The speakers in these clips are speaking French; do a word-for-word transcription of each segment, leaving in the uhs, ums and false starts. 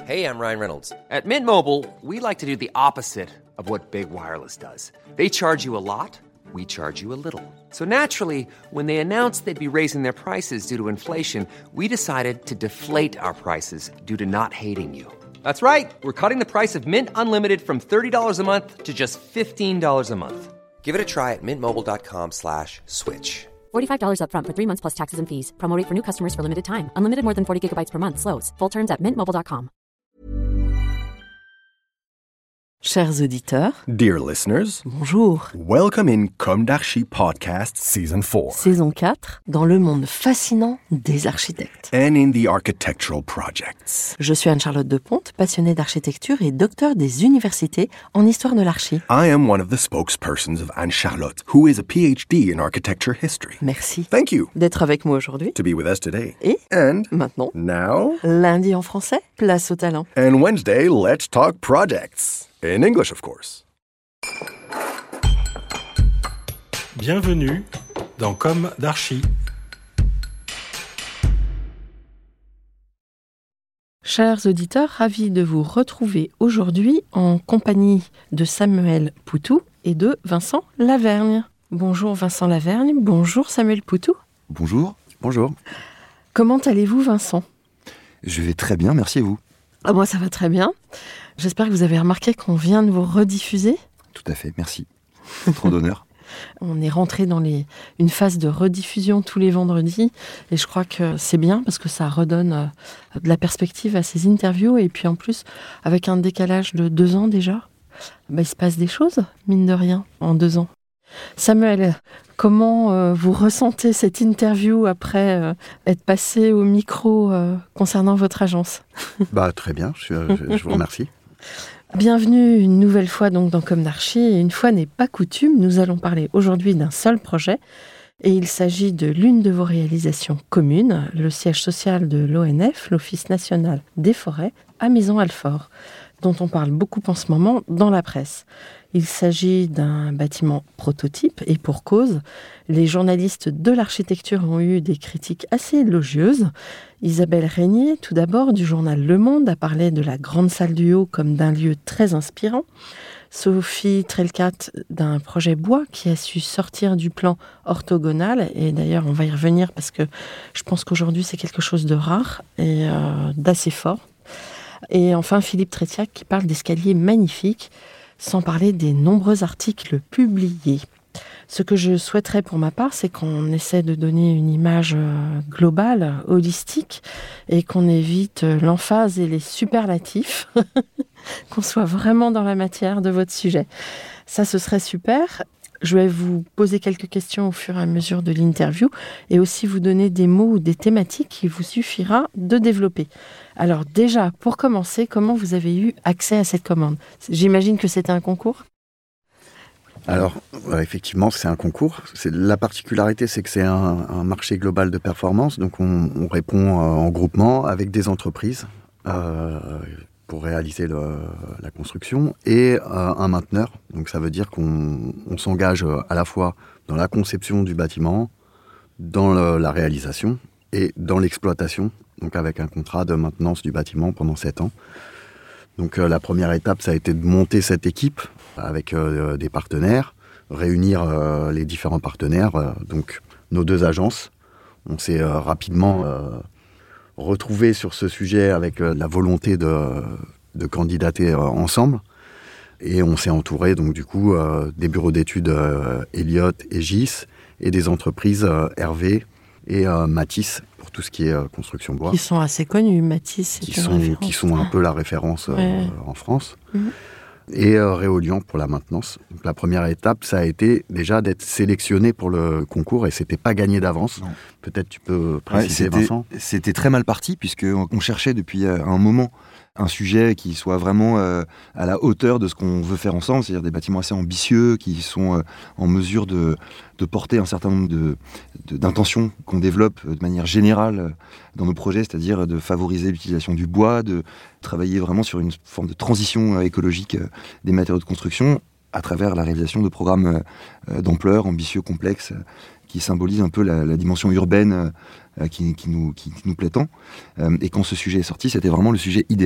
Hey, I'm Ryan Reynolds. At Mint Mobile, we like to do the opposite of what Big Wireless does. They charge you a lot, we charge you a little. So naturally, when they announced they'd be raising their prices due to inflation, we decided to deflate our prices due to not hating you. That's right. We're cutting the price of Mint Unlimited from thirty dollars a month to just fifteen dollars a month. Give it a try at mintmobile.com slash switch. forty-five dollars up front for three months plus taxes and fees. Promo rate for new customers for limited time. Unlimited more than forty gigabytes per month. Slows full terms at mint mobile dot com. Chers auditeurs, dear listeners, bonjour. Welcome in Comme d'Archi Podcast Season four. Saison quatre, dans le monde fascinant des architectes. And in the architectural projects. Je suis Anne-Charlotte Deponte, passionnée d'architecture et docteur des universités en histoire de l'archi. I am one of the spokespersons of Anne-Charlotte, who is a P H D in architecture history. Merci. Thank you. D'être avec moi aujourd'hui. To be with us today. Et And maintenant, now, lundi en français, place au talent. And Wednesday, let's talk projects. In English, of course. Bienvenue dans Comme d'Archi. Chers auditeurs, ravis de vous retrouver aujourd'hui en compagnie de Samuel Poutou et de Vincent Lavergne. Bonjour Vincent Lavergne, bonjour Samuel Poutou. Bonjour. Bonjour. Comment allez-vous Vincent ? Je vais très bien, merci et vous ? Ah, moi ça va très bien. J'espère que vous avez remarqué qu'on vient de vous rediffuser. Tout à fait, merci. Trop d'honneur. On est rentré dans les, une phase de rediffusion tous les vendredis et je crois que c'est bien parce que ça redonne euh, de la perspective à ces interviews et puis en plus, avec un décalage de deux ans déjà, bah, il se passe des choses, mine de rien, en deux ans. Samuel, comment euh, vous ressentez cette interview après euh, être passé au micro euh, concernant votre agence ? Bah, très bien, je, je, je vous remercie. Bienvenue une nouvelle fois donc dans Comme d'Archi. Et une fois n'est pas coutume, nous allons parler aujourd'hui d'un seul projet. Et il s'agit de l'une de vos réalisations communes, le siège social de l'O N F, l'Office national des forêts, à Maisons-Alfort, dont on parle beaucoup en ce moment dans la presse. Il s'agit d'un bâtiment prototype et pour cause, les journalistes de l'architecture ont eu des critiques assez élogieuses. Isabelle Régnier, tout d'abord, du journal Le Monde, a parlé de la grande salle du haut comme d'un lieu très inspirant. Sophie Trelcat, d'un projet bois qui a su sortir du plan orthogonal. Et d'ailleurs, on va y revenir parce que je pense qu'aujourd'hui, c'est quelque chose de rare et euh, d'assez fort. Et enfin, Philippe Trétiac qui parle d'escaliers magnifiques, sans parler des nombreux articles publiés. Ce que je souhaiterais pour ma part, c'est qu'on essaie de donner une image globale, holistique, et qu'on évite l'emphase et les superlatifs, qu'on soit vraiment dans la matière de votre sujet. Ça, ce serait super. Je vais vous poser quelques questions au fur et à mesure de l'interview et aussi vous donner des mots ou des thématiques qu'il vous suffira de développer. Alors déjà, pour commencer, comment vous avez eu accès à cette commande ? J'imagine que c'était un concours ? Alors, euh, effectivement, c'est un concours. C'est, la particularité, c'est que c'est un, un marché global de performance. Donc, on, on répond euh, en groupement avec des entreprises euh, pour réaliser le, la construction et euh, un mainteneur. Donc, ça veut dire qu'on on s'engage à la fois dans la conception du bâtiment, dans le, la réalisation et dans l'exploitation. Donc, avec un contrat de maintenance du bâtiment pendant sept ans. Donc, euh, la première étape, ça a été de monter cette équipe avec euh, des partenaires, réunir euh, les différents partenaires, euh, donc nos deux agences. On s'est euh, rapidement euh, retrouvés sur ce sujet avec euh, la volonté de, de candidater euh, ensemble. Et on s'est entouré, donc du coup, euh, des bureaux d'études euh, Elliott et G I S et des entreprises euh, Hervé et euh, Matisse pour tout ce qui est euh, construction bois. Qui sont assez connus, Matisse, c'est qui une sont, référence. Qui sont un peu la référence euh, ouais. en France. Mmh. Et euh, Réolian pour la maintenance. Donc, la première étape, ça a été déjà d'être sélectionné pour le concours et c'était pas gagné d'avance. Non. Peut-être tu peux préciser, ouais, c'était, Vincent. C'était très mal parti puisqu'on on cherchait depuis un moment un sujet qui soit vraiment euh, à la hauteur de ce qu'on veut faire ensemble, c'est-à-dire des bâtiments assez ambitieux qui sont euh, en mesure de, de porter un certain nombre de, de, d'intentions qu'on développe de manière générale dans nos projets, c'est-à-dire de favoriser l'utilisation du bois, de travailler vraiment sur une forme de transition écologique des matériaux de construction à travers la réalisation de programmes euh, d'ampleur, ambitieux, complexes, euh, qui symbolisent un peu la, la dimension urbaine euh, qui, qui, nous, qui, qui nous plaît tant. Euh, et quand ce sujet est sorti, c'était vraiment le sujet idéal.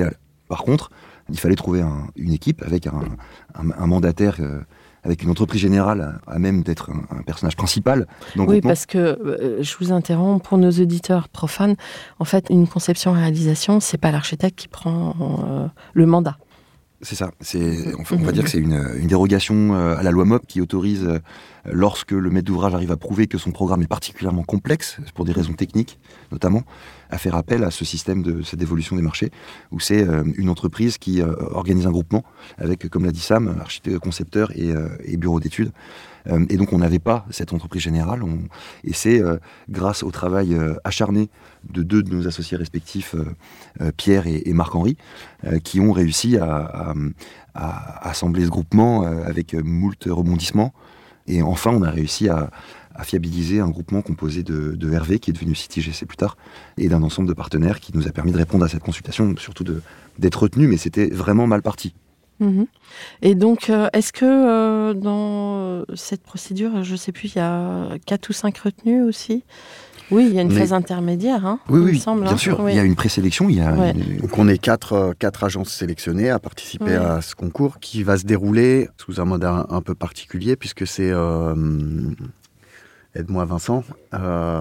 Par contre, il fallait trouver un, une équipe avec un, un, un mandataire, euh, avec une entreprise générale à, à même d'être un, un personnage principal. Dans le oui, groupement. parce que, euh, je vous interromps, pour nos auditeurs profanes, en fait, une conception-réalisation, c'est pas l'architecte qui prend euh, le mandat. C'est ça. C'est, on, on va dire que c'est une, une dérogation à la loi M O P qui autorise, lorsque le maître d'ouvrage arrive à prouver que son programme est particulièrement complexe, pour des raisons techniques notamment, à faire appel à ce système de cette évolution des marchés, où c'est une entreprise qui organise un groupement avec, comme l'a dit Sam, architecte, concepteur et, et bureau d'études. Et donc on n'avait pas cette entreprise générale, on, et c'est euh, grâce au travail euh, acharné de deux de nos associés respectifs, euh, euh, Pierre et, et Marc-Henri, euh, qui ont réussi à, à, à assembler ce groupement euh, avec moult rebondissements. Et enfin, on a réussi à, à fiabiliser un groupement composé de, de Hervé, qui est devenu City G C plus tard, et d'un ensemble de partenaires qui nous a permis de répondre à cette consultation, surtout de, d'être retenu, mais c'était vraiment mal parti. Mmh. Et donc, euh, est-ce que euh, dans cette procédure, je ne sais plus, il y a quatre ou cinq retenues aussi ? Oui, il y a une Mais... phase intermédiaire, hein, oui, il oui, me semble. bien hein. sûr. Oui. Il y a une présélection. Il y a Ouais. une... Donc on est quatre, euh, quatre agences sélectionnées à participer Ouais. à ce concours qui va se dérouler sous un mode un, un peu particulier puisque c'est... Euh, aide-moi Vincent. Euh,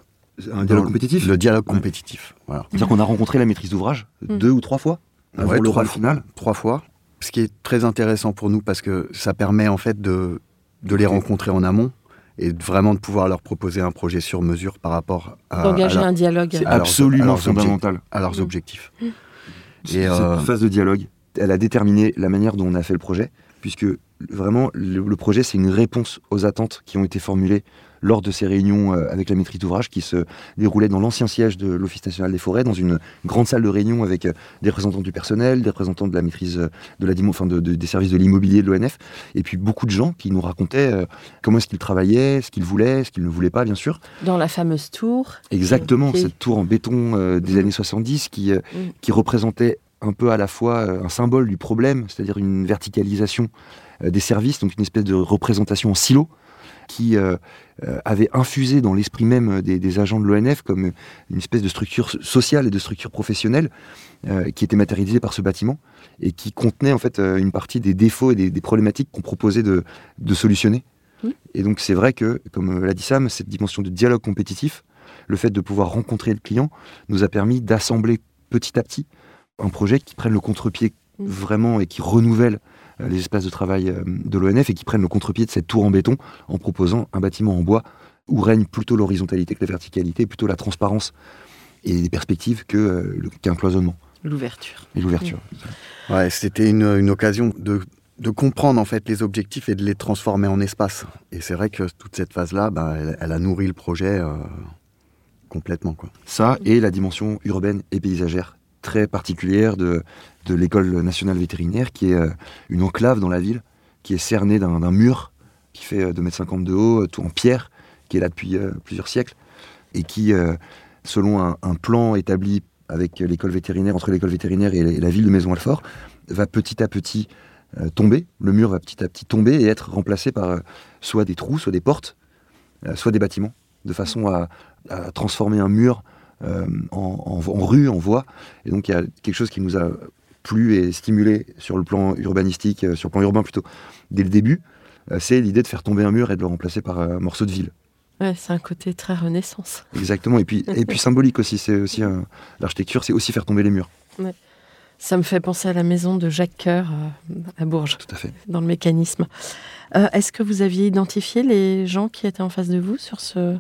Un dialogue compétitif. Le dialogue compétitif, voilà. C'est-à-dire qu'on a rencontré la maîtrise d'ouvrage Mmh. deux ou trois fois avant Ouais, le trois rôle fois. final. Trois fois. Ce qui est très intéressant pour nous parce que ça permet en fait de, de les rencontrer en amont et de vraiment de pouvoir leur proposer un projet sur mesure par rapport à, D'engager à, leur- un dialogue. C'est à leurs- absolument à leurs fondamental. à leurs Mmh. objectifs. Mmh. Et Et, euh, cette phase de dialogue, elle a déterminé la manière dont on a fait le projet, puisque vraiment, le, le projet, c'est une réponse aux attentes qui ont été formulées lors de ces réunions euh, avec la maîtrise d'ouvrage qui se déroulaient dans l'ancien siège de l'Office national des forêts, dans une grande salle de réunion avec euh, des représentants du personnel, des représentants de la maîtrise euh, de la, enfin de, de, des services de l'immobilier de l'O N F, et puis beaucoup de gens qui nous racontaient euh, comment est-ce qu'ils travaillaient, ce qu'ils voulaient, ce qu'ils ne voulaient pas, bien sûr. Dans la fameuse tour. Exactement, Qui- cette tour en béton euh, des Mmh. années soixante-dix qui, euh, Mmh. qui représentait un peu à la fois euh, un symbole du problème, c'est-à-dire une verticalisation euh, des services, donc une espèce de représentation en silo, qui euh, euh, avait infusé dans l'esprit même des, des agents de l'O N F comme une espèce de structure sociale et de structure professionnelle euh, qui était matérialisée par ce bâtiment et qui contenait en fait euh, une partie des défauts et des, des problématiques qu'on proposait de, de solutionner. Mmh. Et donc c'est vrai que, comme l'a dit Sam, cette dimension de dialogue compétitif, le fait de pouvoir rencontrer le client, nous a permis d'assembler petit à petit un projet qui prenne le contre-pied Mmh. vraiment et qui renouvelle euh, les espaces de travail euh, de l'O N F et qui prenne le contre-pied de cette tour en béton en proposant un bâtiment en bois où règne plutôt l'horizontalité que la verticalité, plutôt la transparence et les perspectives que, euh, le, qu'un cloisonnement L'ouverture. et l'ouverture. ouais, c'était une, une occasion de, de comprendre en fait les objectifs et de les transformer en espace. Et c'est vrai que toute cette phase-là, bah, elle, elle a nourri le projet euh, complètement, quoi. Ça et la dimension urbaine et paysagère très particulière de, de l'école nationale vétérinaire qui est euh, une enclave dans la ville, qui est cernée d'un, d'un mur qui fait euh, deux mètres cinquante de haut, tout en pierre, qui est là depuis euh, plusieurs siècles et qui, euh, selon un, un plan établi avec l'école vétérinaire, entre l'école vétérinaire et la ville de Maisons-Alfort, va petit à petit euh, tomber, le mur va petit à petit tomber et être remplacé par euh, soit des trous, soit des portes, euh, soit des bâtiments, de façon à, à transformer un mur euh, en, en, en rue, en voie. Et donc il y a quelque chose qui nous a plu et stimulé sur le plan urbanistique, euh, sur le plan urbain plutôt, dès le début, euh, c'est l'idée de faire tomber un mur et de le remplacer par un morceau de ville. Ouais, c'est un côté très Renaissance. Exactement, et puis, et puis symbolique aussi, c'est aussi un, l'architecture, c'est aussi faire tomber les murs. Ouais. Ça me fait penser à la maison de Jacques Coeur euh, à Bourges, Tout à fait. dans le mécanisme. Euh, est-ce que vous aviez identifié les gens qui étaient en face de vous sur ce,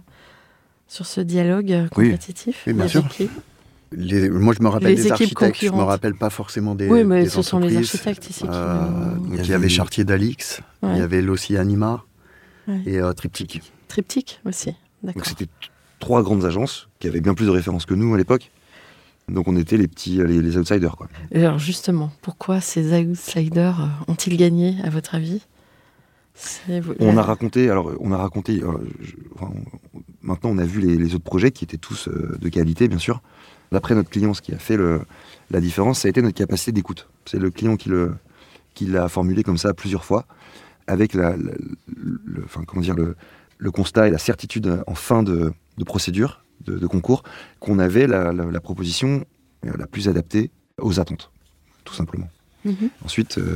sur ce dialogue Oui. compétitif? Oui, bien Les sûr. équipes Les, moi, je me rappelle Les des équipes architectes, je me concurrentes. rappelle pas forcément des Oui, mais des ce sont les entreprises. architectes ici qui Euh, l'ont- donc, Il y il y avait- avait Chartier d'Alix, Ouais. il y avait Lossi Anima Ouais. et euh, Triptyque. Triptyque aussi, d'accord. Donc c'était t- trois grandes agences qui avaient bien plus de références que nous à l'époque. Donc on était les petits, les, les outsiders, quoi. Et alors justement, pourquoi ces outsiders euh, ont-ils gagné, à votre avis? C'est vous- On la- a raconté, alors on a raconté, alors, je- enfin, on- maintenant on a vu les, les autres projets qui étaient tous euh, de qualité, bien sûr. D'après notre client, ce qui a fait le, la différence, ça a été notre capacité d'écoute. C'est le client qui, le, qui l'a formulé comme ça plusieurs fois, avec la, la- le, enfin, comment dire, le, le constat et la certitude en fin de, de procédure, de, de concours, qu'on avait la, la- la proposition euh, la plus adaptée aux attentes. tout simplement. Mmh. Ensuite, euh,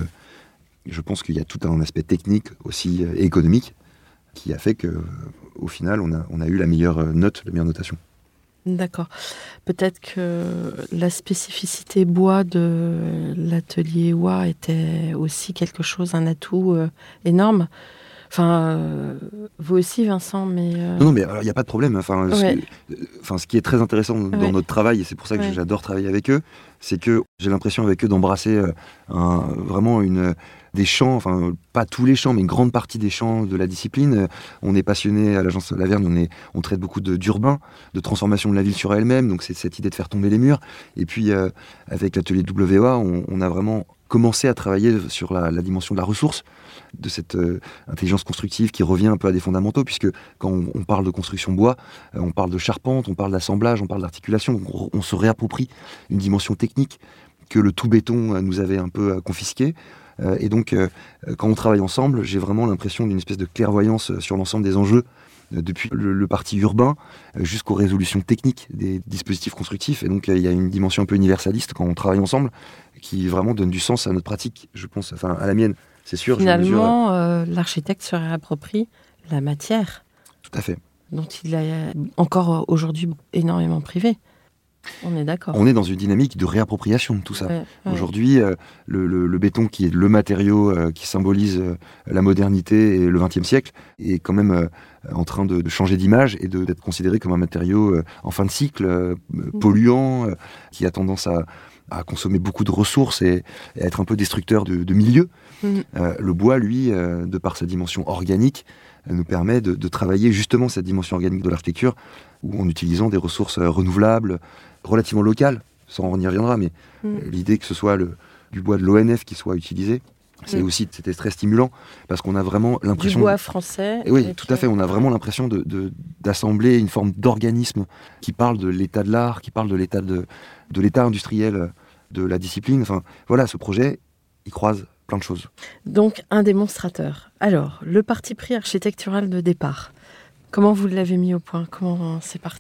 je pense qu'il y a tout un aspect technique aussi euh, et économique qui a fait que, euh, au final, on a, on a eu la meilleure note, la meilleure notation. D'accord. Peut-être que la spécificité bois de l'atelier W A était aussi quelque chose, un atout euh, énorme. Enfin, euh, vous aussi, Vincent, mais... Euh... Non, non, mais il n'y a pas de problème. Enfin, ouais. ce, enfin, ce qui est très intéressant dans ouais. notre travail, et c'est pour ça que ouais. j'adore travailler avec eux, c'est que j'ai l'impression avec eux d'embrasser euh, un, vraiment une, des champs, enfin, pas tous les champs, mais une grande partie des champs de la discipline. On est passionné à l'agence Laverne, on, est, on traite beaucoup de, d'urbain, de transformation de la ville sur elle-même, donc c'est cette idée de faire tomber les murs. Et puis, euh, avec l'atelier W A, on, on a vraiment commencé à travailler sur la, la dimension de la ressource, de cette euh, intelligence constructive qui revient un peu à des fondamentaux, puisque quand on, on parle de construction bois, euh, on parle de charpente, on parle d'assemblage, on parle d'articulation, donc on, on se réapproprie une dimension technique que le tout béton euh, nous avait un peu euh, confisqué. Euh, et donc, euh, quand on travaille ensemble, j'ai vraiment l'impression d'une espèce de clairvoyance sur l'ensemble des enjeux, euh, depuis le, le parti urbain euh, jusqu'aux résolutions techniques des dispositifs constructifs. Et donc, il euh, y a une dimension un peu universaliste quand on travaille ensemble, qui vraiment donne du sens à notre pratique, je pense, enfin à la mienne. C'est sûr, finalement, euh, l'architecte se réapproprie la matière. Tout à fait. Dont il a encore aujourd'hui énormément privé. On est d'accord. On est dans une dynamique de réappropriation de tout ça. Ouais, ouais. Aujourd'hui, euh, le, le, le béton, qui est le matériau euh, qui symbolise euh, la modernité et le vingtième siècle, est quand même euh, en train de, de changer d'image et de, d'être considéré comme un matériau euh, en fin de cycle, euh, mmh. polluant, euh, qui a tendance à, à consommer beaucoup de ressources et, et à être un peu destructeur de, de milieux. Mmh. Euh, le bois, lui, euh, de par sa dimension organique, euh, nous permet de, de travailler justement cette dimension organique de l'architecture, ou en utilisant des ressources euh, renouvelables, relativement locales, ça on y reviendra, mais mmh. euh, l'idée que ce soit le, du bois de l'O N F qui soit utilisé, c'est mmh. aussi, c'était très stimulant, parce qu'on a vraiment l'impression... Du bois de... français. Et oui, tout à fait, on a vraiment l'impression de, de, d'assembler une forme d'organisme qui parle de l'état de l'art, qui parle de l'état, de, de l'état industriel de la discipline. Enfin, voilà, ce projet, il croise plein de choses. Donc, un démonstrateur. Alors, le parti pris architectural de départ, comment vous l'avez mis au point ? Comment c'est parti ?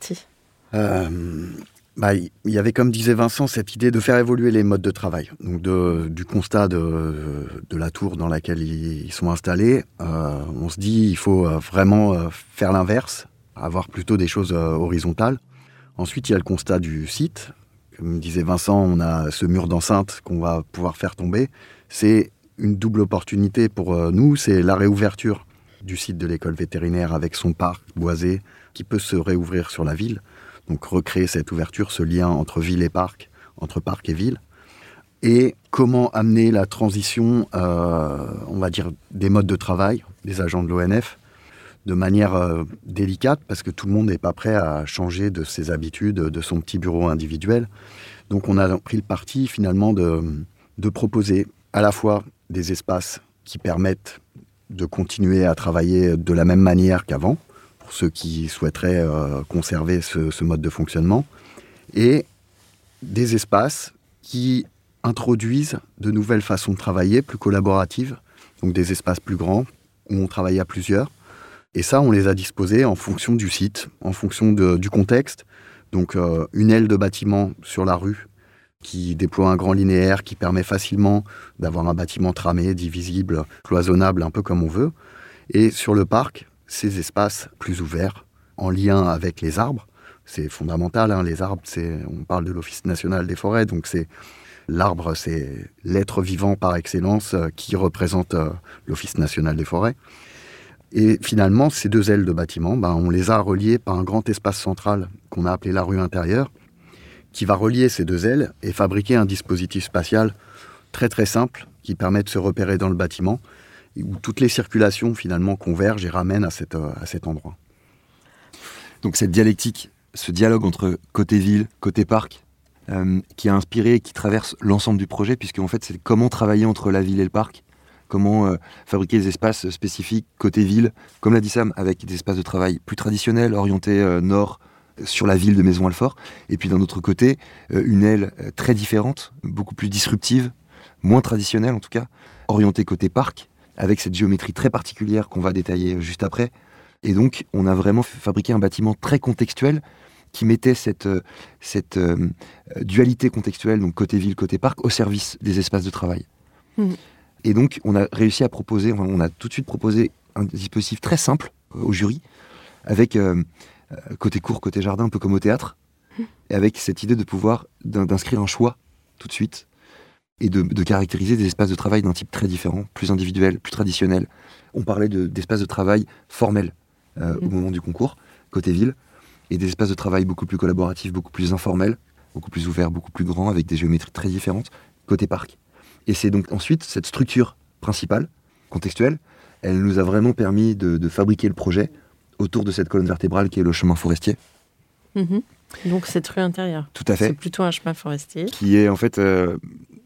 euh, bah, Il y avait, comme disait Vincent, cette idée de faire évoluer les modes de travail. Donc, de, du constat de, de la tour dans laquelle ils sont installés, euh, on se dit il faut vraiment faire l'inverse, avoir plutôt des choses horizontales. Ensuite, il y a le constat du site. Comme disait Vincent, on a ce mur d'enceinte qu'on va pouvoir faire tomber. C'est une double opportunité pour nous, c'est la réouverture du site de l'école vétérinaire avec son parc boisé qui peut se réouvrir sur la ville. Donc recréer cette ouverture, ce lien entre ville et parc, entre parc et ville. Et comment amener la transition, euh, on va dire, des modes de travail des agents de l'O N F de manière euh, délicate, parce que tout le monde n'est pas prêt à changer de ses habitudes, de son petit bureau individuel. Donc on a pris le parti finalement de, de proposer à la fois des espaces qui permettent de continuer à travailler de la même manière qu'avant, pour ceux qui souhaiteraient euh, conserver ce, ce mode de fonctionnement, et des espaces qui introduisent de nouvelles façons de travailler, plus collaboratives, donc des espaces plus grands, où on travaille à plusieurs. Et ça, on les a disposés en fonction du site, en fonction de, du contexte. Donc euh, une aile de bâtiment sur la rue, qui déploie un grand linéaire qui permet facilement d'avoir un bâtiment tramé, divisible, cloisonnable, un peu comme on veut. Et sur le parc, ces espaces plus ouverts, en lien avec les arbres. C'est fondamental, hein, les arbres, c'est, on parle de l'Office national des forêts, donc c'est, l'arbre, c'est l'être vivant par excellence euh, qui représente euh, l'Office national des forêts. Et finalement, ces deux ailes de bâtiment, ben, on les a reliées par un grand espace central qu'on a appelé la rue intérieure, qui va relier ces deux ailes et fabriquer un dispositif spatial très très simple qui permet de se repérer dans le bâtiment, où toutes les circulations finalement convergent et ramènent à, cette, à cet endroit. Donc cette dialectique, ce dialogue entre côté ville, côté parc, euh, qui a inspiré, qui traverse l'ensemble du projet, puisque en fait c'est comment travailler entre la ville et le parc, comment euh, fabriquer des espaces spécifiques côté ville, comme l'a dit Sam, avec des espaces de travail plus traditionnels, orientés euh, nord, sur la ville de Maisons-Alfort, et puis d'un autre côté, euh, une aile euh, très différente, beaucoup plus disruptive, moins traditionnelle en tout cas, orientée côté parc, avec cette géométrie très particulière qu'on va détailler juste après. Et donc, on a vraiment fabriqué un bâtiment très contextuel, qui mettait cette, cette euh, dualité contextuelle, donc côté ville, côté parc, au service des espaces de travail. Mmh. Et donc, on a réussi à proposer, on a tout de suite proposé un dispositif très simple euh, au jury, avec euh, côté court, côté jardin, un peu comme au théâtre, mmh. et avec cette idée de pouvoir d'inscrire un choix tout de suite, et de, de caractériser des espaces de travail d'un type très différent, plus individuel, plus traditionnel. On parlait de, d'espaces de travail formels euh, mmh. au moment du concours, côté ville, et des espaces de travail beaucoup plus collaboratifs, beaucoup plus informels, beaucoup plus ouverts, beaucoup plus grands, avec des géométries très différentes, côté parc. Et c'est donc ensuite cette structure principale, contextuelle, elle nous a vraiment permis de, de fabriquer le projet autour de cette colonne vertébrale qui est le chemin forestier. Mmh. Donc cette rue intérieure. Tout à fait. C'est plutôt un chemin forestier. Qui est en fait... Euh,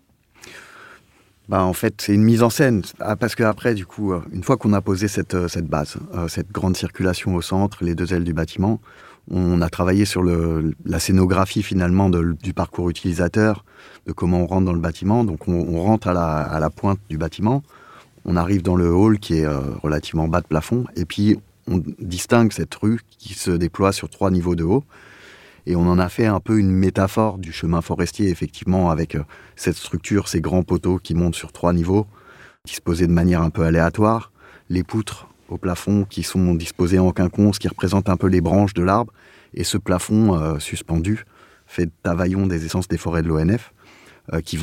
Bah, en fait, c'est une mise en scène. Ah, parce qu'après, du coup, une fois qu'on a posé cette, cette base, euh, cette grande circulation au centre, les deux ailes du bâtiment, on a travaillé sur le, la scénographie finalement de, du parcours utilisateur, de comment on rentre dans le bâtiment. Donc on, on rentre à la, à la pointe du bâtiment, on arrive dans le hall qui est euh, relativement bas de plafond, et puis on distingue cette rue qui se déploie sur trois niveaux de haut. Et on en a fait un peu une métaphore du chemin forestier, effectivement, avec euh, cette structure, ces grands poteaux qui montent sur trois niveaux, disposés de manière un peu aléatoire, les poutres au plafond qui sont disposées en quinconce, qui représentent un peu les branches de l'arbre, et ce plafond euh, suspendu, fait de Tavaillon des essences des forêts de l'O N F, euh, qui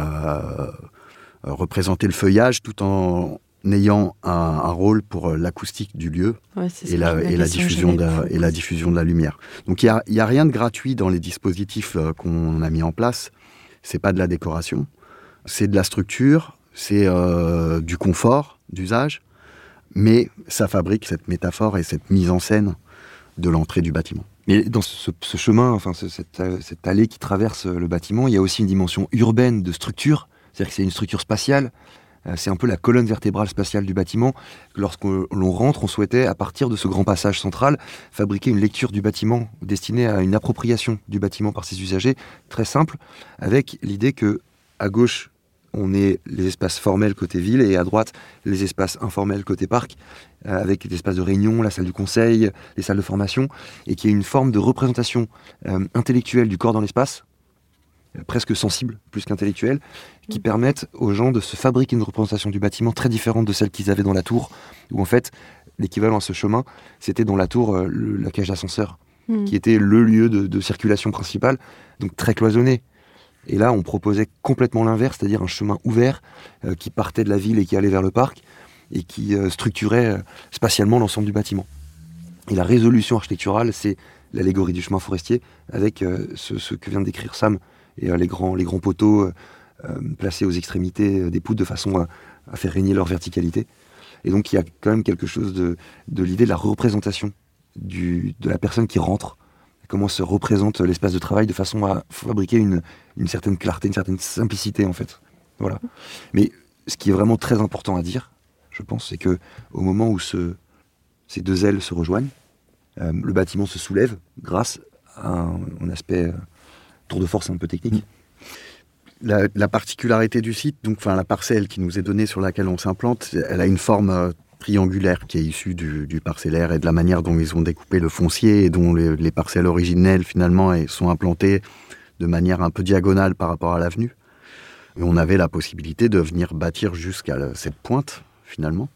va euh, représenter le feuillage tout en ayant un, un rôle pour l'acoustique du lieu ouais, et, la, et, la diffusion de, et la diffusion de la lumière. Donc il n'y a, a rien de gratuit dans les dispositifs euh, qu'on a mis en place. C'est pas de la décoration, c'est de la structure, c'est euh, du confort d'usage, mais ça fabrique cette métaphore et cette mise en scène de l'entrée du bâtiment. Mais dans ce, ce chemin, enfin ce, cette, cette allée qui traverse le bâtiment, il y a aussi une dimension urbaine de structure, c'est-à-dire que c'est une structure spatiale. C'est un peu la colonne vertébrale spatiale du bâtiment. Lorsqu'on rentre, on souhaitait, à partir de ce grand passage central, fabriquer une lecture du bâtiment destinée à une appropriation du bâtiment par ses usagers, très simple, avec l'idée que à gauche, on ait les espaces formels côté ville et à droite, les espaces informels côté parc, avec des espaces de réunion, la salle du conseil, les salles de formation, et qu'il y ait une forme de représentation euh, intellectuelle du corps dans l'espace, presque sensible, plus qu'intellectuelle, qui permettent aux gens de se fabriquer une représentation du bâtiment très différente de celle qu'ils avaient dans la tour, où en fait, l'équivalent à ce chemin, c'était dans la tour, euh, le, la cage d'ascenseur, mmh. qui était le lieu de, de circulation principale, donc très cloisonné. Et là, on proposait complètement l'inverse, c'est-à-dire un chemin ouvert, euh, qui partait de la ville et qui allait vers le parc, et qui euh, structurait euh, spatialement l'ensemble du bâtiment. Et la résolution architecturale, c'est l'allégorie du chemin forestier, avec euh, ce, ce que vient de décrire Sam, et euh, les, grands, les grands poteaux euh, euh, placés aux extrémités euh, des poutres de façon à, à faire régner leur verticalité. Et donc il y a quand même quelque chose de, de l'idée de la représentation du, de la personne qui rentre, comment se représente l'espace de travail de façon à fabriquer une, une certaine clarté, une certaine simplicité en fait. Voilà. Mais ce qui est vraiment très important à dire, je pense, c'est que au moment où ce, ces deux ailes se rejoignent, euh, le bâtiment se soulève grâce à un, un aspect... Euh, tour de force un peu technique. La, la particularité du site, donc, enfin, la parcelle qui nous est donnée sur laquelle on s'implante, elle a une forme euh, triangulaire qui est issue du, du parcellaire et de la manière dont ils ont découpé le foncier et dont les, les parcelles originelles finalement sont implantées de manière un peu diagonale par rapport à l'avenue. Et on avait la possibilité de venir bâtir jusqu'à cette pointe finalement.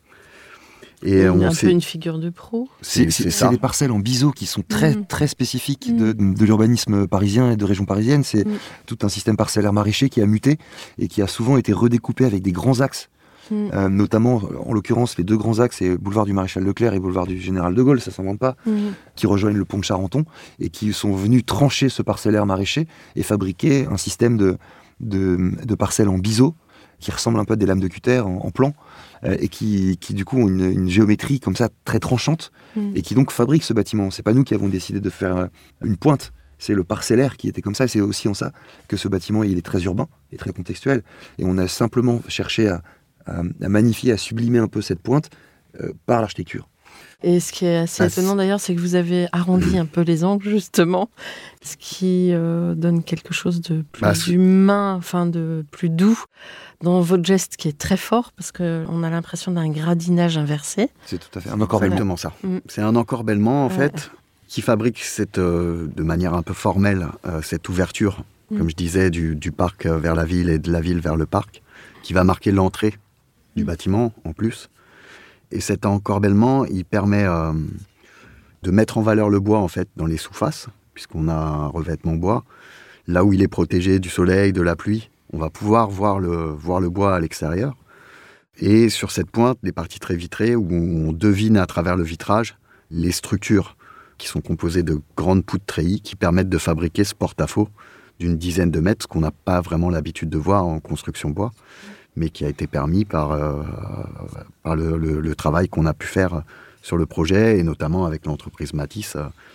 Et on un peu une figure de proue. C'est, c'est, c'est, c'est des parcelles en biseau qui sont très, mmh. très spécifiques mmh. de, de l'urbanisme parisien et de région parisienne. C'est mmh. tout un système parcellaire maraîcher qui a muté et qui a souvent été redécoupé avec des grands axes. Mmh. Euh, notamment, en l'occurrence, les deux grands axes, c'est boulevard du Maréchal Leclerc et boulevard du Général de Gaulle, ça s'invente pas, mmh. qui rejoignent le pont de Charenton et qui sont venus trancher ce parcellaire maraîcher et fabriquer un système de, de, de parcelles en biseau qui ressemble un peu à des lames de cutter en, en plan, euh, et qui, qui du coup ont une, une géométrie comme ça très tranchante, mmh. et qui donc fabrique ce bâtiment. C'est pas nous qui avons décidé de faire une pointe, c'est le parcellaire qui était comme ça, et c'est aussi en ça que ce bâtiment il est très urbain et très contextuel, et on a simplement cherché à, à, à magnifier, à sublimer un peu cette pointe euh, par l'architecture. Et ce qui est assez ah, étonnant d'ailleurs, c'est que vous avez arrondi un peu les angles, justement, ce qui euh, donne quelque chose de plus bah, humain, enfin de plus doux, dans votre geste qui est très fort, parce qu'on a l'impression d'un gradinage inversé. C'est tout à fait un encorbellement. Exactement ça. Mm. C'est un encorbellement, en ouais. fait, qui fabrique cette, euh, de manière un peu formelle euh, cette ouverture, mmh. comme je disais, du, du parc vers la ville et de la ville vers le parc, qui va marquer l'entrée du mmh. bâtiment en plus. Et cet encorbellement, il permet euh, de mettre en valeur le bois en fait dans les sous-faces, puisqu'on a un revêtement bois. Là où il est protégé du soleil, de la pluie, on va pouvoir voir le, voir le bois à l'extérieur. Et sur cette pointe, des parties très vitrées où on devine à travers le vitrage les structures qui sont composées de grandes poutres treillis qui permettent de fabriquer ce porte-à-faux d'une dizaine de mètres, ce qu'on n'a pas vraiment l'habitude de voir en construction bois, mais qui a été permis par, euh, par le, le, le travail qu'on a pu faire sur le projet, et notamment avec l'entreprise Matisse.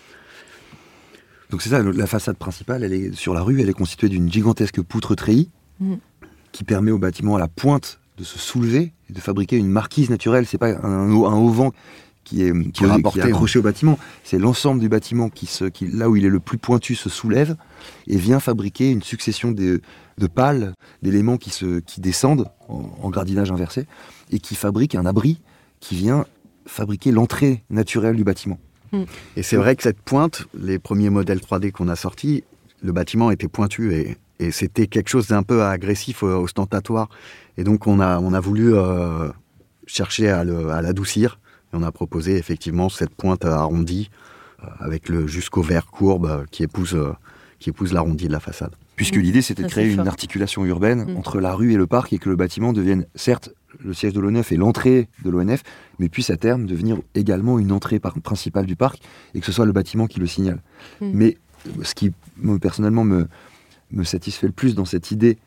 Donc c'est ça, la façade principale, elle est sur la rue, elle est constituée d'une gigantesque poutre treillis mmh. qui permet au bâtiment à la pointe de se soulever et de fabriquer une marquise naturelle. C'est pas un, un auvent qui est, qui, qui, rapporté, qui est accroché ouais. au bâtiment, c'est l'ensemble du bâtiment qui, se, qui, là où il est le plus pointu, se soulève et vient fabriquer une succession de, de pales, d'éléments qui, se, qui descendent en, en gradinage inversé et qui fabriquent un abri qui vient fabriquer l'entrée naturelle du bâtiment. Et c'est vrai que cette pointe, les premiers modèles trois D qu'on a sortis, le bâtiment était pointu et, et c'était quelque chose d'un peu agressif, ostentatoire. Et donc on a, on a voulu euh, chercher à, le, à l'adoucir. Et on a proposé effectivement cette pointe arrondie euh, avec le jusqu'au vert courbe euh, qui épouse, euh, qui épouse l'arrondi de la façade. Puisque mmh. l'idée c'était de créer une articulation urbaine mmh. entre la rue et le parc et que le bâtiment devienne certes le siège de l'O N F et l'entrée de l'O N F, mais puisse à terme devenir également une entrée par- principale du parc et que ce soit le bâtiment qui le signale. Mmh. Mais ce qui, moi, personnellement, me, me satisfait le plus dans cette idée,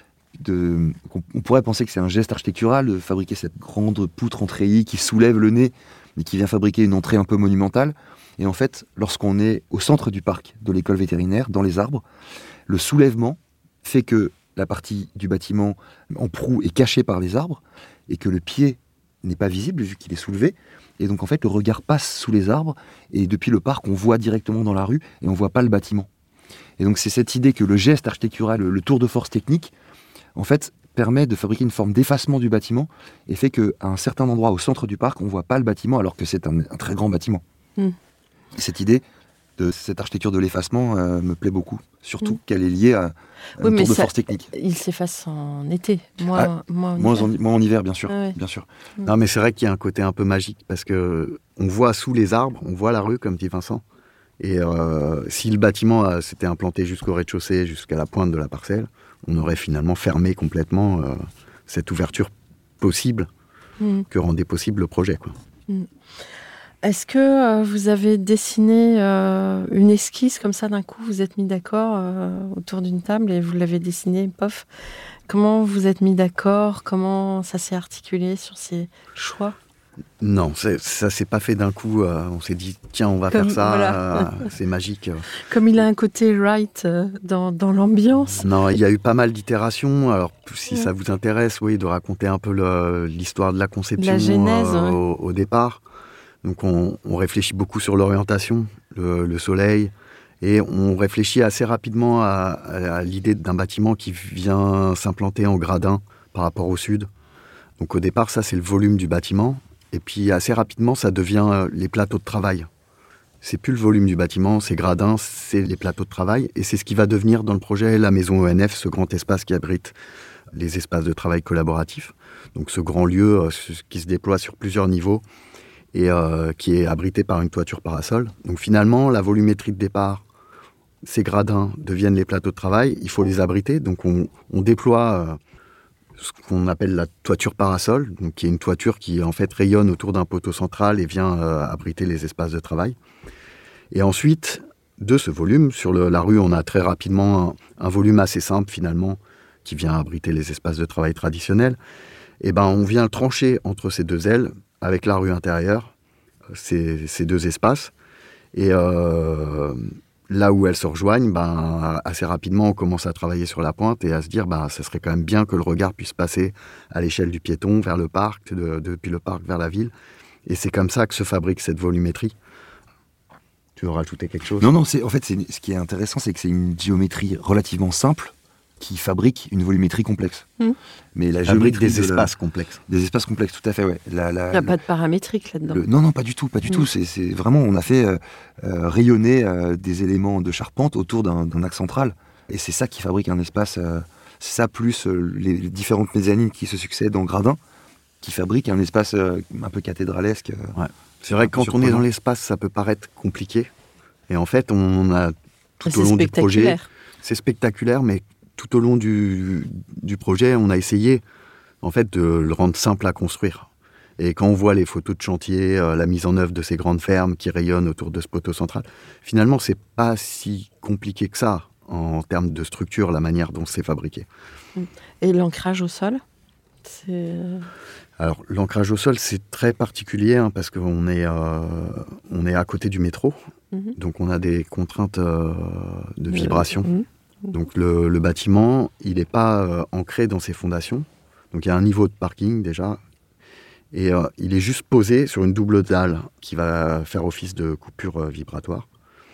de, on, on pourrait penser que c'est un geste architectural de fabriquer cette grande poutre en treillis qui soulève le nez, mais qui vient fabriquer une entrée un peu monumentale. Et en fait, lorsqu'on est au centre du parc de l'école vétérinaire, dans les arbres, le soulèvement fait que la partie du bâtiment en proue est cachée par les arbres et que le pied n'est pas visible vu qu'il est soulevé. Et donc en fait, le regard passe sous les arbres et depuis le parc, on voit directement dans la rue et on ne voit pas le bâtiment. Et donc c'est cette idée que le geste architectural, le tour de force technique, en fait, permet de fabriquer une forme d'effacement du bâtiment et fait qu'à un certain endroit au centre du parc, on ne voit pas le bâtiment alors que c'est un, un très grand bâtiment. Mmh. Cette idée de cette architecture de l'effacement euh, me plaît beaucoup. Surtout mmh. qu'elle est liée à, à oui, un tour de ça, force technique. Il s'efface en été, moins, ah, moins, en, moins, hiver. En, moins en hiver, bien sûr. Ah ouais. bien sûr. Mmh. Non, mais c'est vrai qu'il y a un côté un peu magique, parce qu'on voit sous les arbres, on voit la rue, comme dit Vincent. Et euh, si le bâtiment euh, s'était implanté jusqu'au rez-de-chaussée, jusqu'à la pointe de la parcelle, on aurait finalement fermé complètement euh, cette ouverture possible mmh. que rendait possible le projet, quoi. Mmh. Est-ce que euh, vous avez dessiné euh, une esquisse comme ça d'un coup, vous êtes mis d'accord euh, autour d'une table et vous l'avez dessinée, pof. Comment vous êtes mis d'accord? Comment ça s'est articulé sur ces choix? Non, c'est, ça s'est pas fait d'un coup. Euh, on s'est dit, tiens, on va comme, faire ça, voilà. euh, c'est magique. Comme il a un côté Wright euh, dans, dans l'ambiance. Non, il y a eu pas mal d'itérations. Alors, si ouais. ça vous intéresse, oui, de raconter un peu le, l'histoire de la conception la genèse, euh, ouais. au, au départ. Donc, on, on réfléchit beaucoup sur l'orientation, le, le soleil, et on réfléchit assez rapidement à, à, à l'idée d'un bâtiment qui vient s'implanter en gradin par rapport au sud. Donc, au départ, ça, c'est le volume du bâtiment. Et puis, assez rapidement, ça devient les plateaux de travail. C'est plus le volume du bâtiment, c'est gradins, c'est les plateaux de travail. Et c'est ce qui va devenir, dans le projet, la maison O N F, ce grand espace qui abrite les espaces de travail collaboratifs. Donc, ce grand lieu euh, qui se déploie sur plusieurs niveaux et euh, qui est abrité par une toiture parasol. Donc, finalement, la volumétrie de départ, ces gradins deviennent les plateaux de travail. Il faut les abriter. Donc, on, on déploie... Euh, ce qu'on appelle la toiture parasol, donc qui est une toiture qui en fait rayonne autour d'un poteau central et vient euh, abriter les espaces de travail. Et ensuite, de ce volume, sur le, la rue, on a très rapidement un, un volume assez simple finalement, qui vient abriter les espaces de travail traditionnels. Et ben, on vient trancher entre ces deux ailes, avec la rue intérieure, ces, ces deux espaces. Et euh, là où elles se rejoignent, ben, assez rapidement, on commence à travailler sur la pointe et à se dire ben, ça serait quand même bien que le regard puisse passer à l'échelle du piéton vers le parc, de, depuis le parc vers la ville. Et c'est comme ça que se fabrique cette volumétrie. Tu veux rajouter quelque chose? Non, non, c'est, en fait, c'est, ce qui est intéressant, c'est que c'est une géométrie relativement simple, qui fabrique une volumétrie complexe. Mmh. Mais la Fabrique géométrie des de espaces la... complexes. Des espaces complexes, tout à fait, ouais. La, la, Il n'y a le... pas de paramétrique là-dedans. Le... Non, non, pas du tout, pas du mmh. tout. C'est, c'est vraiment, on a fait euh, euh, rayonner euh, des éléments de charpente autour d'un, d'un axe central. Et c'est ça qui fabrique un espace, euh, c'est ça plus euh, les, les différentes mezzanines qui se succèdent en gradins, qui fabriquent un espace euh, un peu cathédralesque. Euh, ouais. C'est vrai que quand on est dans l'espace, ça peut paraître compliqué. Et en fait, on a tout c'est au long du projet... C'est spectaculaire, mais tout au long du, du projet, on a essayé en fait, de le rendre simple à construire. Et quand on voit les photos de chantier, euh, la mise en œuvre de ces grandes fermes qui rayonnent autour de ce poteau central, finalement, c'est pas si compliqué que ça en termes de structure, la manière dont c'est fabriqué. Et l'ancrage au sol c'est... Alors, l'ancrage au sol, c'est très particulier hein, parce qu'on est, euh, on est à côté du métro. Mm-hmm. Donc, on a des contraintes euh, de vibration. Mm-hmm. Donc, le, le bâtiment, il n'est pas euh, ancré dans ses fondations. Donc, il y a un niveau de parking déjà. Et euh, il est juste posé sur une double dalle qui va faire office de coupure euh, vibratoire.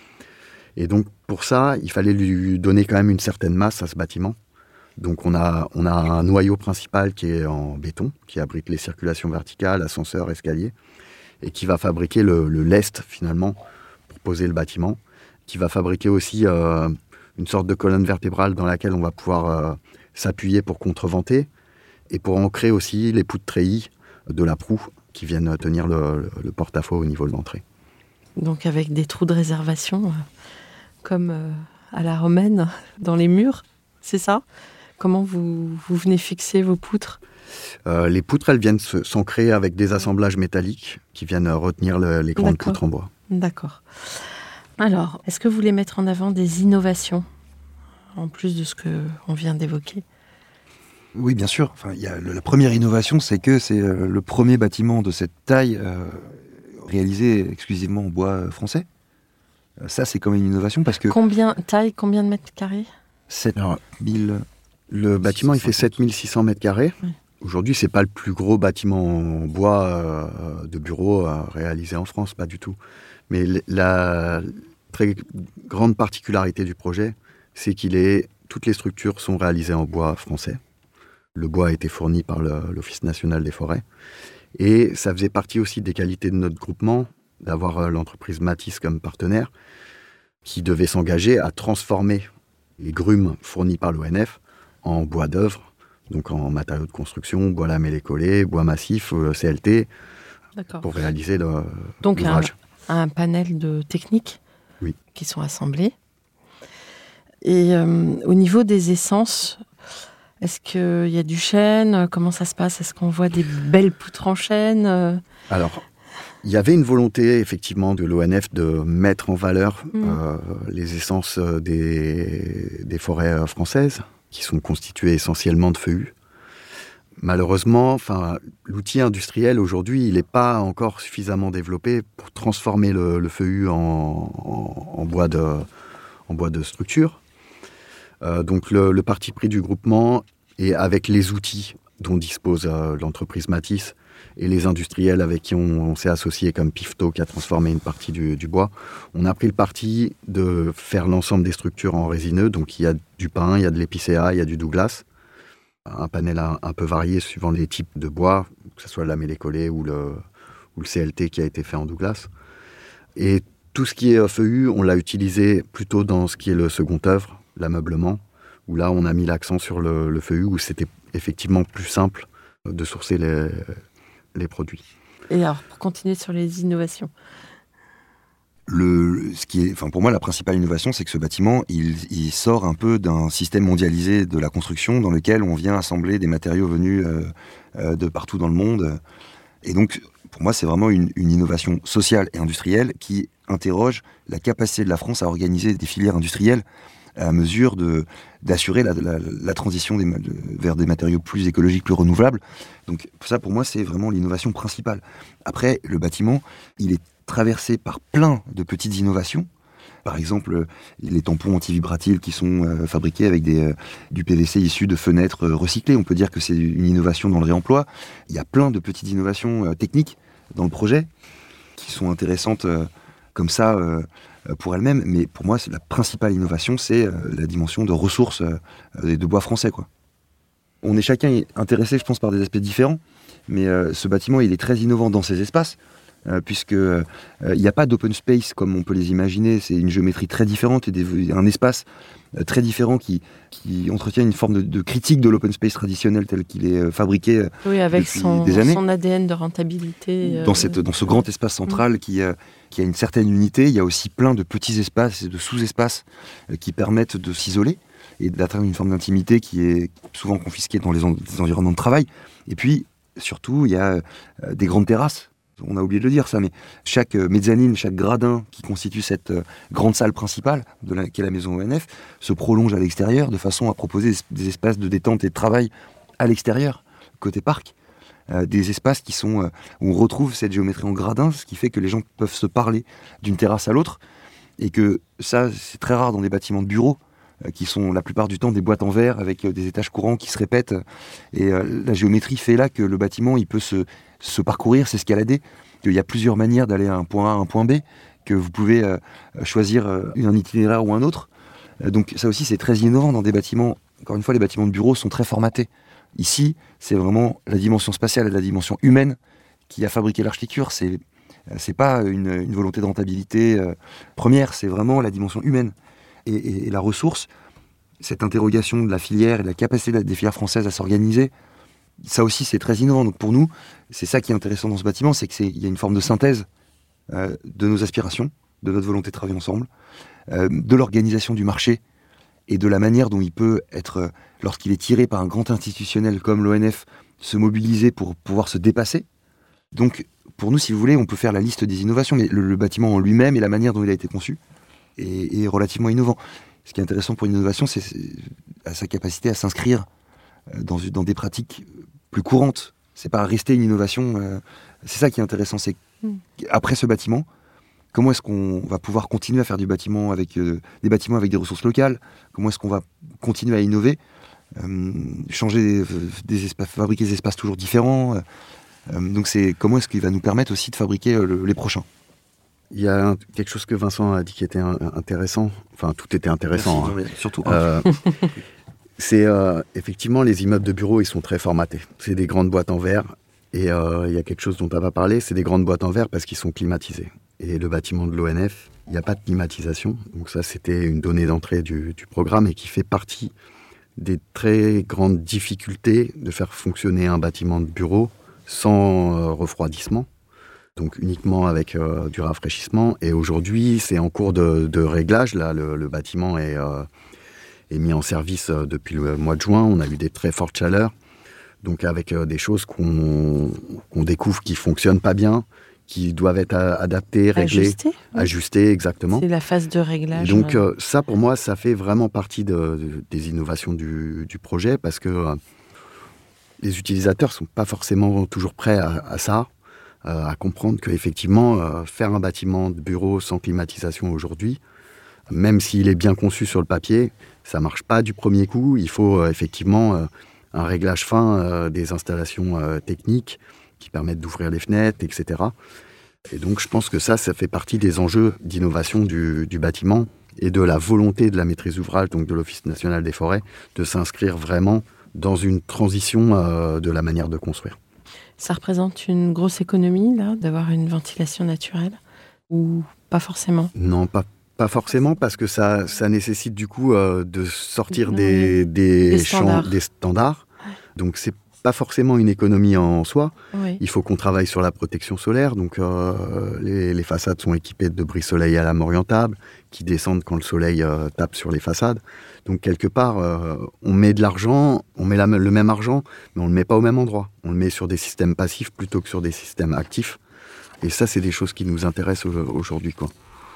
Et donc, pour ça, il fallait lui donner quand même une certaine masse à ce bâtiment. Donc, on a, on a un noyau principal qui est en béton, qui abrite les circulations verticales, ascenseurs, escaliers, et qui va fabriquer le, le lest, finalement, pour poser le bâtiment, qui va fabriquer aussi euh, une sorte de colonne vertébrale dans laquelle on va pouvoir euh, s'appuyer pour contreventer, et pour ancrer aussi les poutres treillis de la proue qui viennent tenir le, le, le porte-à-faux au niveau de l'entrée. Donc, avec des trous de réservation, euh, comme euh, à la romaine, dans les murs, c'est ça ? Comment vous, vous venez fixer vos poutres ? euh, Les poutres, elles viennent se, s'ancrer avec des assemblages métalliques qui viennent retenir le, les grandes D'accord. poutres en bois. D'accord. Alors, est-ce que vous voulez mettre en avant des innovations, en plus de ce qu'on vient d'évoquer ? Oui, bien sûr. Enfin, y a le, la première innovation, c'est que c'est euh, le premier bâtiment de cette taille euh, réalisé exclusivement en bois français. Euh, ça, c'est quand même une innovation parce que... Combien, taille, combien de mètres carrés ? sept mille... Le bâtiment, il fait sept mille six cents mètres carrés. Oui. Aujourd'hui, c'est pas le plus gros bâtiment en bois euh, de bureau euh, réalisé en France, pas du tout. Mais la très grande particularité du projet, c'est qu'il est... Toutes les structures sont réalisées en bois français. Le bois a été fourni par le, l'Office national des forêts. Et ça faisait partie aussi des qualités de notre groupement, d'avoir euh, l'entreprise Matisse comme partenaire, qui devait s'engager à transformer les grumes fournies par l'O N F en bois d'œuvre, donc en matériaux de construction, bois lamellé collé, bois massif, euh, C L T, D'accord. pour réaliser le, donc l'ouvrage. Donc un, un panel de techniques oui. qui sont assemblées. Et euh, au niveau des essences, est-ce qu'il y a du chêne ? Comment ça se passe ? Est-ce qu'on voit des belles poutres en chêne ? Alors, il y avait une volonté, effectivement, de l'O N F de mettre en valeur mmh. euh, les essences des, des forêts françaises, qui sont constituées essentiellement de feuillus. Malheureusement, enfin, l'outil industriel, aujourd'hui, il n'est pas encore suffisamment développé pour transformer le, le feuillu en, en, en, bois de, en bois de structure. Euh, donc, le, le parti pris du groupement, et avec les outils dont dispose euh, l'entreprise Matisse, et les industriels avec qui on, on s'est associé, comme Pifto, qui a transformé une partie du, du bois, on a pris le parti de faire l'ensemble des structures en résineux. Donc, il y a du pin, il y a de l'épicéa, il y a du Douglas. Un panel un, un peu varié suivant les types de bois, que ce soit le lamellé collé ou le, ou le C L T qui a été fait en Douglas. Et tout ce qui est feuillu, on l'a utilisé plutôt dans ce qui est le second œuvre, l'ameublement, où là, on a mis l'accent sur le, le feuillu, où c'était effectivement plus simple de sourcer les... les produits. Et alors, pour continuer sur les innovations le, ce qui est, enfin pour moi, la principale innovation, c'est que ce bâtiment, il, il sort un peu d'un système mondialisé de la construction dans lequel on vient assembler des matériaux venus euh, euh, de partout dans le monde. Et donc, pour moi, c'est vraiment une, une innovation sociale et industrielle qui interroge la capacité de la France à organiser des filières industrielles à mesure de, d'assurer la, la, la transition des, de, vers des matériaux plus écologiques, plus renouvelables. Donc ça, pour moi, c'est vraiment l'innovation principale. Après, le bâtiment, il est traversé par plein de petites innovations. Par exemple, les tampons anti-vibratiles qui sont euh, fabriqués avec des, euh, du P V C issu de fenêtres euh, recyclées. On peut dire que c'est une innovation dans le réemploi. Il y a plein de petites innovations euh, techniques dans le projet qui sont intéressantes euh, comme ça, euh, euh, pour elle-même, mais pour moi, c'est la principale innovation, c'est euh, la dimension de ressources euh, et de bois français, quoi. On est chacun intéressé, je pense, par des aspects différents, mais euh, ce bâtiment, il est très innovant dans ses espaces, euh, puisque euh, il n'y a pas d'open space comme on peut les imaginer. C'est une géométrie très différente et des, un espace euh, très différent qui, qui entretient une forme de, de critique de l'open space traditionnel tel qu'il est euh, fabriqué euh, oui, avec depuis son, des années. son A D N de rentabilité. Euh... Dans, cette, dans ce grand espace central mmh. qui, euh, qui a une certaine unité, il y a aussi plein de petits espaces et de sous-espaces euh, qui permettent de s'isoler et d'atteindre une forme d'intimité qui est souvent confisquée dans les, en, les environnements de travail. Et puis, surtout, il y a euh, des grandes terrasses. On a oublié de le dire, ça, mais chaque euh, mezzanine, chaque gradin qui constitue cette euh, grande salle principale, de la, qui est la maison O N F, se prolonge à l'extérieur de façon à proposer des, des espaces de détente et de travail à l'extérieur, côté parc. Euh, des espaces qui sont, euh, où on retrouve cette géométrie en gradin, ce qui fait que les gens peuvent se parler d'une terrasse à l'autre. Et que ça, c'est très rare dans des bâtiments de bureaux, qui sont la plupart du temps des boîtes en verre avec des étages courants qui se répètent. Et euh, la géométrie fait là que le bâtiment, il peut se, se parcourir, s'escalader. Il y a plusieurs manières d'aller à un point A à un point B, que vous pouvez euh, choisir euh, un itinéraire ou un autre. Euh, donc ça aussi, c'est très innovant dans des bâtiments. Encore une fois, les bâtiments de bureaux sont très formatés. Ici, c'est vraiment la dimension spatiale et la dimension humaine qui a fabriqué l'architecture. C'est, c'est pas une, une volonté de rentabilité euh, première, c'est vraiment la dimension humaine. Et, et, et la ressource, cette interrogation de la filière et de la capacité des filières françaises à s'organiser, ça aussi c'est très innovant. Donc pour nous, c'est ça qui est intéressant dans ce bâtiment, c'est qu'il y a une forme de synthèse euh, de nos aspirations, de notre volonté de travailler ensemble, euh, de l'organisation du marché et de la manière dont il peut être, euh, lorsqu'il est tiré par un grand institutionnel comme l'O N F, se mobiliser pour pouvoir se dépasser. Donc pour nous, si vous voulez, on peut faire la liste des innovations, mais le, le bâtiment en lui-même et la manière dont il a été conçu est relativement innovant. Ce qui est intéressant pour une innovation, c'est, c'est à sa capacité à s'inscrire dans, dans des pratiques plus courantes. C'est pas rester une innovation. Euh, c'est ça qui est intéressant. C'est après ce bâtiment, comment est-ce qu'on va pouvoir continuer à faire du bâtiment avec euh, des bâtiments avec des ressources locales? Comment est-ce qu'on va continuer à innover, euh, changer des, des espaces, fabriquer des espaces toujours différents. Euh, donc c'est comment est-ce qu'il va nous permettre aussi de fabriquer euh, le, les prochains. Il y a un, quelque chose que Vincent a dit qui était un, intéressant. Enfin, tout était intéressant. Merci, hein. Surtout. Euh, c'est euh, effectivement les immeubles de bureaux, ils sont très formatés. C'est des grandes boîtes en verre. Et euh, il y a quelque chose dont on va parler, c'est des grandes boîtes en verre parce qu'ils sont climatisés. Et le bâtiment de l'O N F, il n'y a pas de climatisation. Donc ça, c'était une donnée d'entrée du, du programme et qui fait partie des très grandes difficultés de faire fonctionner un bâtiment de bureau sans euh, refroidissement. Donc uniquement avec euh, du rafraîchissement. Et aujourd'hui, c'est en cours de, de réglage. Là, le, le bâtiment est, euh, est mis en service euh, depuis le mois de juin. On a eu des très fortes chaleurs. Donc avec euh, des choses qu'on, qu'on découvre qui ne fonctionnent pas bien, qui doivent être a- adaptées, réglées. Ajustées. Ajustées, exactement. C'est la phase de réglage. Et donc euh, ça, pour moi, ça fait vraiment partie de, de, des innovations du, du projet parce que euh, les utilisateurs ne sont pas forcément toujours prêts à, à ça. Euh, à comprendre qu'effectivement, euh, faire un bâtiment de bureau sans climatisation aujourd'hui, même s'il est bien conçu sur le papier, ça ne marche pas du premier coup. Il faut euh, effectivement euh, un réglage fin euh, des installations euh, techniques qui permettent d'ouvrir les fenêtres, et cetera. Et donc, je pense que ça, ça fait partie des enjeux d'innovation du, du bâtiment et de la volonté de la maîtrise d'ouvrage, donc de l'Office national des forêts, de s'inscrire vraiment dans une transition euh, de la manière de construire. Ça représente une grosse économie, là, d'avoir une ventilation naturelle, ou pas forcément? Non, pas, pas forcément, parce que ça, ça nécessite du coup euh, de sortir des, des, des champs, standards. des standards. Donc, c'est pas forcément une économie en soi. Oui. Il faut qu'on travaille sur la protection solaire. Donc, euh, les, les façades sont équipées de brise-soleil à lame orientable qui descendent quand le soleil euh, tape sur les façades. Donc, quelque part, euh, on met de l'argent, on met la, le même argent, mais on ne le met pas au même endroit. On le met sur des systèmes passifs plutôt que sur des systèmes actifs. Et ça, c'est des choses qui nous intéressent aujourd'hui, quoi.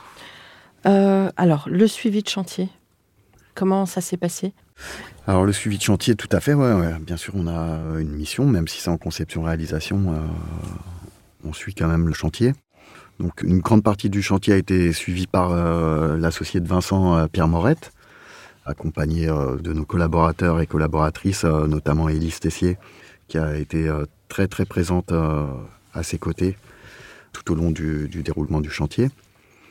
Euh, alors, le suivi de chantier, comment ça s'est passé? Alors, le suivi de chantier, tout à fait, ouais, ouais. Bien sûr, on a une mission, même si c'est en conception-réalisation, euh, on suit quand même le chantier. Donc, une grande partie du chantier a été suivie par euh, l'associé de Vincent, euh, Pierre Morette, accompagné euh, de nos collaborateurs et collaboratrices, euh, notamment Élise Tessier, qui a été euh, très très présente euh, à ses côtés tout au long du, du déroulement du chantier.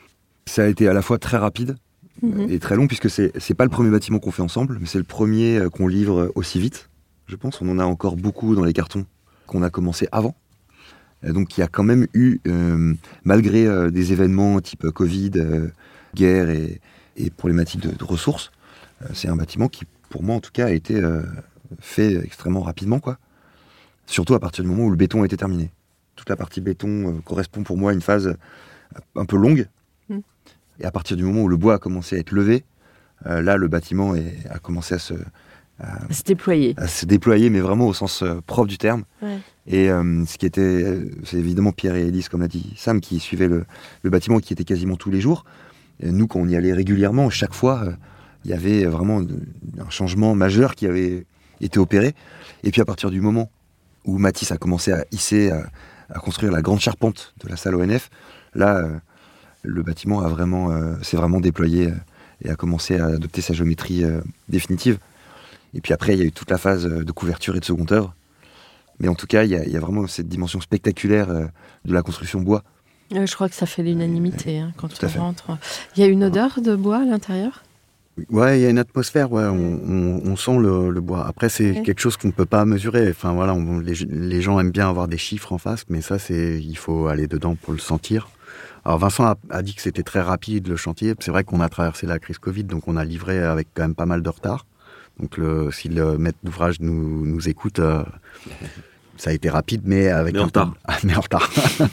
Ça a été à la fois très rapide Mhm. et très long, puisque c'est, c'est pas le premier bâtiment qu'on fait ensemble, mais c'est le premier euh, qu'on livre aussi vite, je pense. On en a encore beaucoup dans les cartons qu'on a commencé avant. Euh, donc il y a quand même eu, euh, malgré euh, des événements type Covid, euh, guerre et, et problématiques de, de ressources, euh, c'est un bâtiment qui, pour moi en tout cas, a été euh, fait extrêmement rapidement, quoi. Surtout à partir du moment où le béton a été terminé. Toute la partie béton euh, correspond pour moi à une phase un peu longue. Mm. Et à partir du moment où le bois a commencé à être levé, euh, là, le bâtiment est, a commencé à se, à, À se déployer. à se déployer, mais vraiment au sens euh, propre du terme. Ouais. Et euh, ce qui était, euh, c'est évidemment Pierre et Élise, comme l'a dit Sam, qui suivaient le, le bâtiment, qui était quasiment tous les jours. Et nous, quand on y allait régulièrement, chaque fois, euh, il y avait vraiment un changement majeur qui avait été opéré. Et puis à partir du moment où Mathis a commencé à hisser, à, à construire la grande charpente de la salle O N F, là, euh, le bâtiment a vraiment, euh, s'est vraiment déployé euh, et a commencé à adopter sa géométrie euh, définitive. Et puis après, il y a eu toute la phase de couverture et de seconde œuvre. Mais en tout cas, il y a, il y a vraiment cette dimension spectaculaire euh, de la construction bois. Euh, je crois que ça fait l'unanimité hein, quand Tout à on fait. rentre. Il y a une odeur de bois à l'intérieur? Ouais, il y a une atmosphère, ouais, on, on, on sent le, le bois. Après, c'est Ouais. quelque chose qu'on ne peut pas mesurer. Enfin, voilà, on- les, les gens aiment bien avoir des chiffres en face, mais ça, c'est, il faut aller dedans pour le sentir. Alors, Vincent a, a dit que c'était très rapide, le chantier. C'est vrai qu'on a traversé la crise Covid, donc on a livré avec quand même pas mal de retard. Donc, le, si le maître d'ouvrage nous, nous écoute, euh, ça a été rapide, mais avec Mais en un peu- retard. Ah, mais en retard.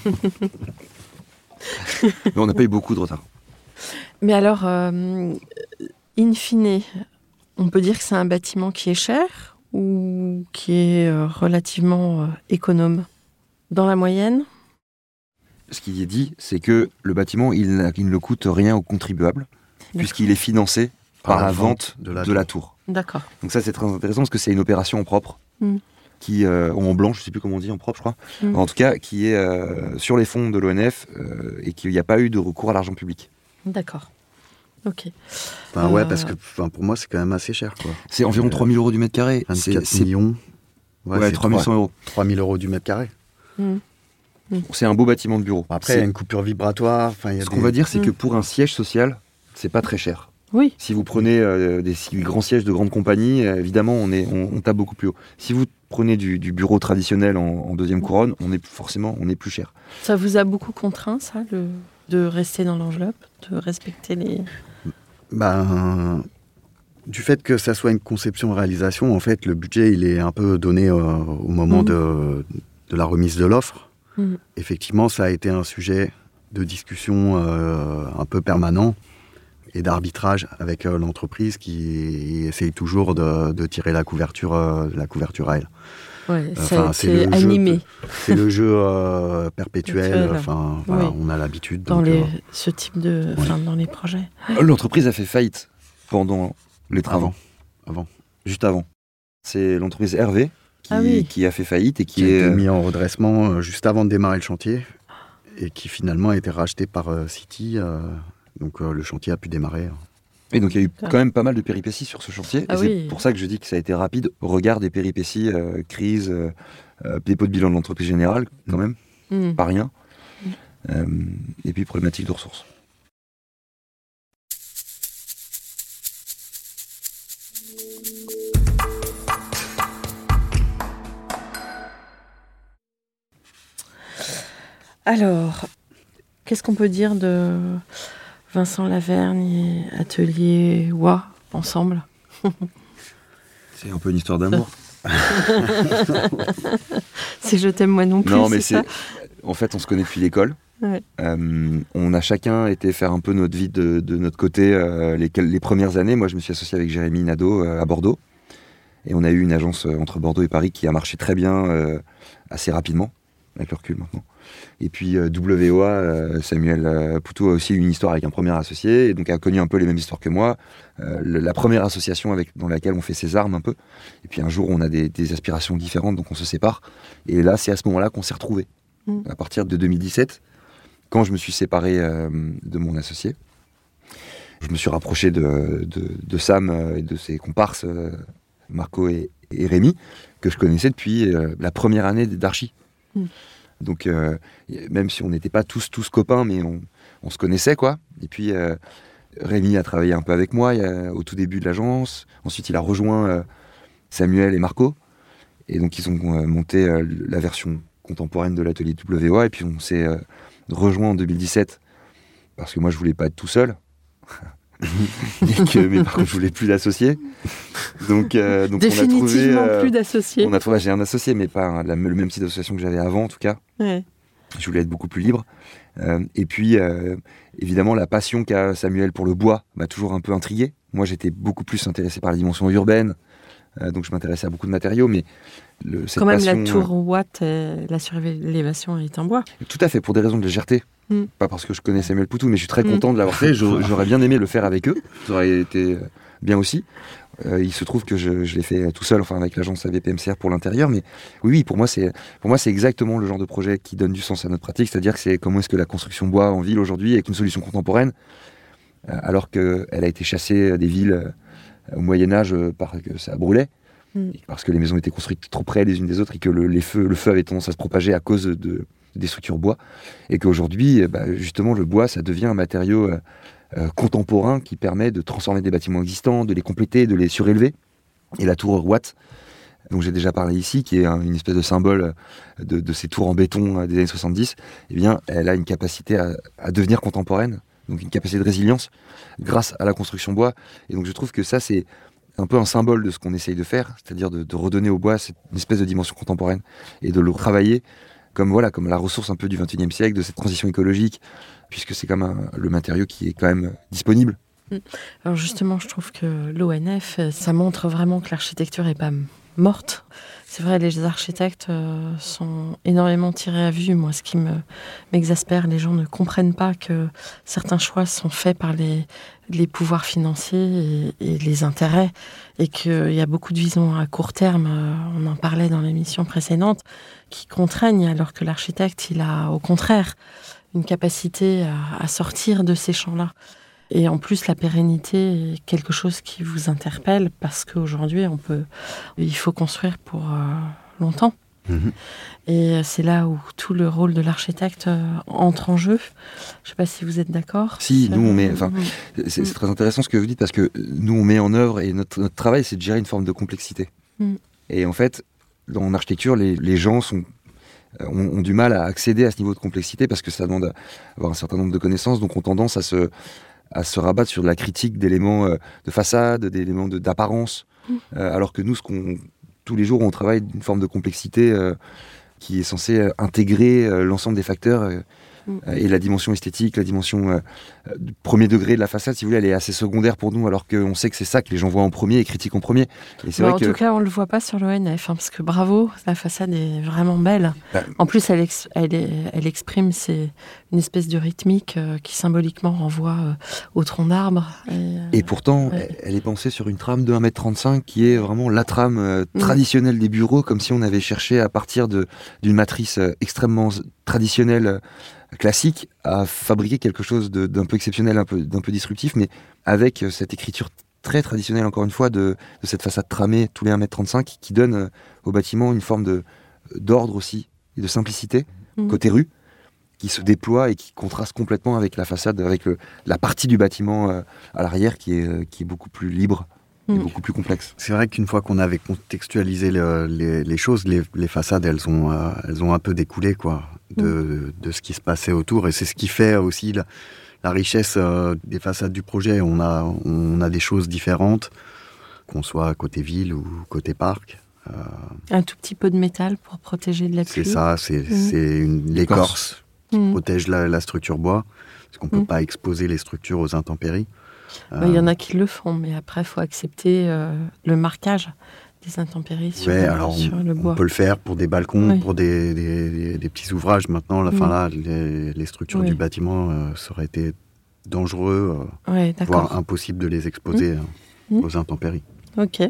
Mais on n'a pas eu beaucoup de retard. Mais alors, euh, in fine, on peut dire que c'est un bâtiment qui est cher ou qui est euh, relativement euh, économe? Dans la moyenne? Ce qui est dit, c'est que le bâtiment, il, n'a- il ne coûte rien aux contribuables, puisqu'il est financé par, la vente de la, tour. D'accord. Donc ça, c'est très intéressant, parce que c'est une opération en propre, Mm. qui, euh, en blanc, je ne sais plus comment on dit, en propre, je crois. Mm. En tout cas, qui est euh, sur les fonds de l'O N F, euh, et qu'il n'y a pas eu de recours à l'argent public. D'accord. Ok. Enfin, ouais, Euh, parce que enfin, pour moi, c'est quand même assez cher, quoi. C'est environ Euh, trois mille euros du mètre carré. C'est, vingt-quatre c'est, millions. ouais, c'est trois mille cent euros. trois mille euros du mètre carré. Mm. C'est un beau bâtiment de bureau. Après, il y C'est- a une coupure vibratoire. Enfin, il y a ce des- qu'on va dire, c'est Mm. que pour un siège social, c'est pas très cher. Oui. Si vous prenez euh, des si- grands sièges de grandes compagnies, euh, évidemment, on, est, on, on tape beaucoup plus haut. Si vous prenez du, du bureau traditionnel en, en deuxième couronne, on est forcément on est plus cher. Ça vous a beaucoup contraint, ça, le- de rester dans l'enveloppe, de respecter les... Ben, du fait que ça soit une conception-réalisation, en fait, le budget, il est un peu donné euh, au moment Mhm. de, de la remise de l'offre. Mhm. Effectivement, ça a été un sujet de discussion euh, un peu permanent et d'arbitrage avec euh, l'entreprise qui essaye toujours de, de tirer la couverture, euh, la couverture à elle. Ouais, ça Enfin, a c'est été le jeu animé C'est le jeu euh, perpétuel. Perpétuel. Enfin, voilà, Oui. on a l'habitude. dans donc, les, euh, ce type de... Enfin, dans les projets. L'entreprise a fait faillite pendant les travaux, Avant. Avant. juste avant. C'est l'entreprise Hervé qui, Ah oui. qui a fait faillite et qui, qui a est été euh, mis en redressement euh, juste avant de démarrer le chantier et qui finalement a été racheté par euh, City. euh, donc euh, le chantier a pu démarrer. Et donc il y a eu Ah. quand même pas mal de péripéties sur ce chantier. Ah et oui. c'est pour ça que je dis que ça a été rapide au regard des péripéties, euh, crise, euh, euh, dépôt de bilan de l'entreprise générale, quand même, Mm. pas rien. Euh, et puis problématique de ressources. Alors, qu'est-ce qu'on peut dire de Vincent Lavergne et Atelier W A ensemble? C'est un peu une histoire d'amour. C'est Je t'aime moi non plus, Non, mais c'est ça? c'est. En fait, on se connaît depuis l'école. Ouais. Euh, on a chacun été faire un peu notre vie de, de notre côté euh, les, les premières années. Moi, je me suis associé avec Jérémy Nadeau euh, à Bordeaux. Et on a eu une agence euh, entre Bordeaux et Paris qui a marché très bien, euh, assez rapidement, avec le recul maintenant. Et puis euh, W O A, euh, Samuel euh, Poutou a aussi eu une histoire avec un premier associé, et donc a connu un peu les mêmes histoires que moi. Euh, le- la première association avec, dans laquelle on fait ses armes un peu. Et puis un jour, on a des, des aspirations différentes, donc on se sépare. Et là, c'est à ce moment-là qu'on s'est retrouvés. Mm. À partir de deux mille dix-sept, quand je me suis séparé euh, de mon associé, je me suis rapproché de, de, de Sam euh, et de ses comparses, euh, Marco et, et Rémi, que je connaissais depuis euh, la première année d'Archi. Mm. Donc, euh, même si on n'était pas tous, tous copains, mais on, on se connaissait, quoi. Et puis, euh, Rémi a travaillé un peu avec moi il y a, au tout début de l'agence. Ensuite, il a rejoint euh, Samuel et Marco. Et donc, ils ont euh, monté euh, la version contemporaine de l'atelier W O A. Et puis, on s'est euh, rejoint en deux mille dix-sept parce que moi, je voulais pas être tout seul. et que, mais par contre, je voulais plus d'associés. Donc, euh, donc Définitivement on a trouvé, euh, plus d'associés. On a trouvé, j'ai un associé, mais pas un, la, le même type d'association que j'avais avant, en tout cas. Ouais. Je voulais être beaucoup plus libre. Euh, et puis, euh, évidemment, la passion qu'a Samuel pour le bois m'a toujours un peu intrigué. Moi, j'étais beaucoup plus intéressé par la dimension urbaine, euh, donc je m'intéressais à beaucoup de matériaux, mais le, cette Quand même, passion, la tour Watt, euh, la surélévation est en bois. Tout à fait, pour des raisons de légèreté. Mm. Pas parce que je connais Samuel Poutou, mais je suis très content mm. de l'avoir fait. J'aurais, j'aurais bien aimé le faire avec eux. Ça aurait été bien aussi. Euh, il se trouve que je, je l'ai fait tout seul, enfin avec l'agence A V P M C R pour l'intérieur. Mais oui, oui, pour moi, c'est, pour moi, c'est exactement le genre de projet qui donne du sens à notre pratique. C'est-à-dire que c'est comment est-ce que la construction bois en ville aujourd'hui est une solution contemporaine, euh, alors qu'elle a été chassée des villes euh, au Moyen-Âge euh, parce que ça brûlait. Mm. Parce que les maisons étaient construites trop près les unes des autres et que le, les feux, le feu avait tendance à se propager à cause de, des structures bois. Et qu'aujourd'hui, bah, justement, le bois, ça devient un matériau euh, euh, contemporain qui permet de transformer des bâtiments existants, de les compléter, de les surélever. Et la tour Watt, dont j'ai déjà parlé ici, qui est un, une espèce de symbole de, de ces tours en béton euh, des années soixante-dix, eh bien, elle a une capacité à, à devenir contemporaine, donc une capacité de résilience grâce à la construction bois. Et donc je trouve que ça, c'est un peu un symbole de ce qu'on essaye de faire, c'est-à-dire de, de redonner au bois cette une espèce de dimension contemporaine et de le travailler comme, voilà, comme la ressource un peu du vingt et unième siècle, de cette transition écologique, puisque c'est comme un, le matériau qui est quand même disponible. Alors justement, je trouve que l'O N F, ça montre vraiment que l'architecture n'est pas morte. C'est vrai, les architectes euh, sont énormément tirés à vue. Moi, ce qui me, m'exaspère, les gens ne comprennent pas que certains choix sont faits par les, les pouvoirs financiers et, et les intérêts, et qu'il y a beaucoup de visions à court terme, euh, on en parlait dans l'émission précédente, qui contraignent, alors que l'architecte, il a au contraire une capacité à, à sortir de ces champs-là. Et en plus, la pérennité est quelque chose qui vous interpelle parce qu'aujourd'hui, on peut, il faut construire pour euh, longtemps. Mmh. Et c'est là où tout le rôle de l'architecte euh, entre en jeu. Je ne sais pas si vous êtes d'accord. Si, nous, on met. Enfin, mmh. c'est, c'est très intéressant ce que vous dites parce que nous, on met en œuvre et notre, notre travail, c'est de gérer une forme de complexité. Mmh. Et en fait, dans l'architecture, les, les gens sont. Ont, ont du mal à accéder à ce niveau de complexité parce que ça demande à avoir un certain nombre de connaissances, donc ont tendance à se à se rabattre sur de la critique d'éléments euh, de façade, d'éléments de, d'apparence, mmh. euh, alors que nous, ce qu'on, tous les jours, on travaille d'une forme de complexité euh, qui est censée euh, intégrer euh, l'ensemble des facteurs euh, mmh. euh, et la dimension esthétique, la dimension euh, euh, du premier degré de la façade, si vous voulez, elle est assez secondaire pour nous, alors qu'on sait que c'est ça que les gens voient en premier et critiquent en premier. Et c'est bah, vrai en que... tout cas, on ne le voit pas sur l'O N F, hein, parce que bravo, la façade est vraiment belle. Bah, en plus, elle, ex- elle, est, elle exprime c'est une espèce de rythmique euh, qui symboliquement renvoie euh, au tronc d'arbre. Et, euh, et pourtant, ouais. elle est pensée sur une trame de un mètre trente-cinq qui est vraiment la trame euh, traditionnelle mmh. des bureaux, comme si on avait cherché à partir de, d'une matrice euh, extrêmement traditionnelle, euh, classique, à fabriquer quelque chose de, d'un peu exceptionnel, un peu, d'un peu disruptif, mais avec euh, cette écriture très traditionnelle, encore une fois, de, de cette façade tramée tous les un mètre trente-cinq qui donne euh, au bâtiment une forme de, d'ordre aussi, et de simplicité, mmh. côté rue, qui se déploie et qui contraste complètement avec la façade, avec le, la partie du bâtiment euh, à l'arrière qui est, euh, qui est beaucoup plus libre et mmh. beaucoup plus complexe. C'est vrai qu'une fois qu'on avait contextualisé le, les, les choses, les, les façades, elles ont, euh, elles ont un peu découlé quoi, de, mmh. de ce qui se passait autour. Et c'est ce qui fait aussi la, la richesse euh, des façades du projet. On a, on a des choses différentes, qu'on soit côté ville ou côté parc. Euh, un tout petit peu de métal pour protéger de la pluie. C'est ça, c'est, mmh. c'est une, l'écorce qui mmh. protège la, la structure bois, parce qu'on ne peut mmh. pas exposer les structures aux intempéries. Il euh, y en a qui le font, mais après, il faut accepter euh, le marquage des intempéries sur, ouais, euh, alors sur on, le bois. On peut le faire pour des balcons, oui. pour des, des, des, des petits ouvrages. Maintenant, la mmh. fin, là, les, les structures oui. du bâtiment, euh, ça aurait été dangereux, euh, ouais, voire impossible de les exposer mmh. euh, aux intempéries. Ok.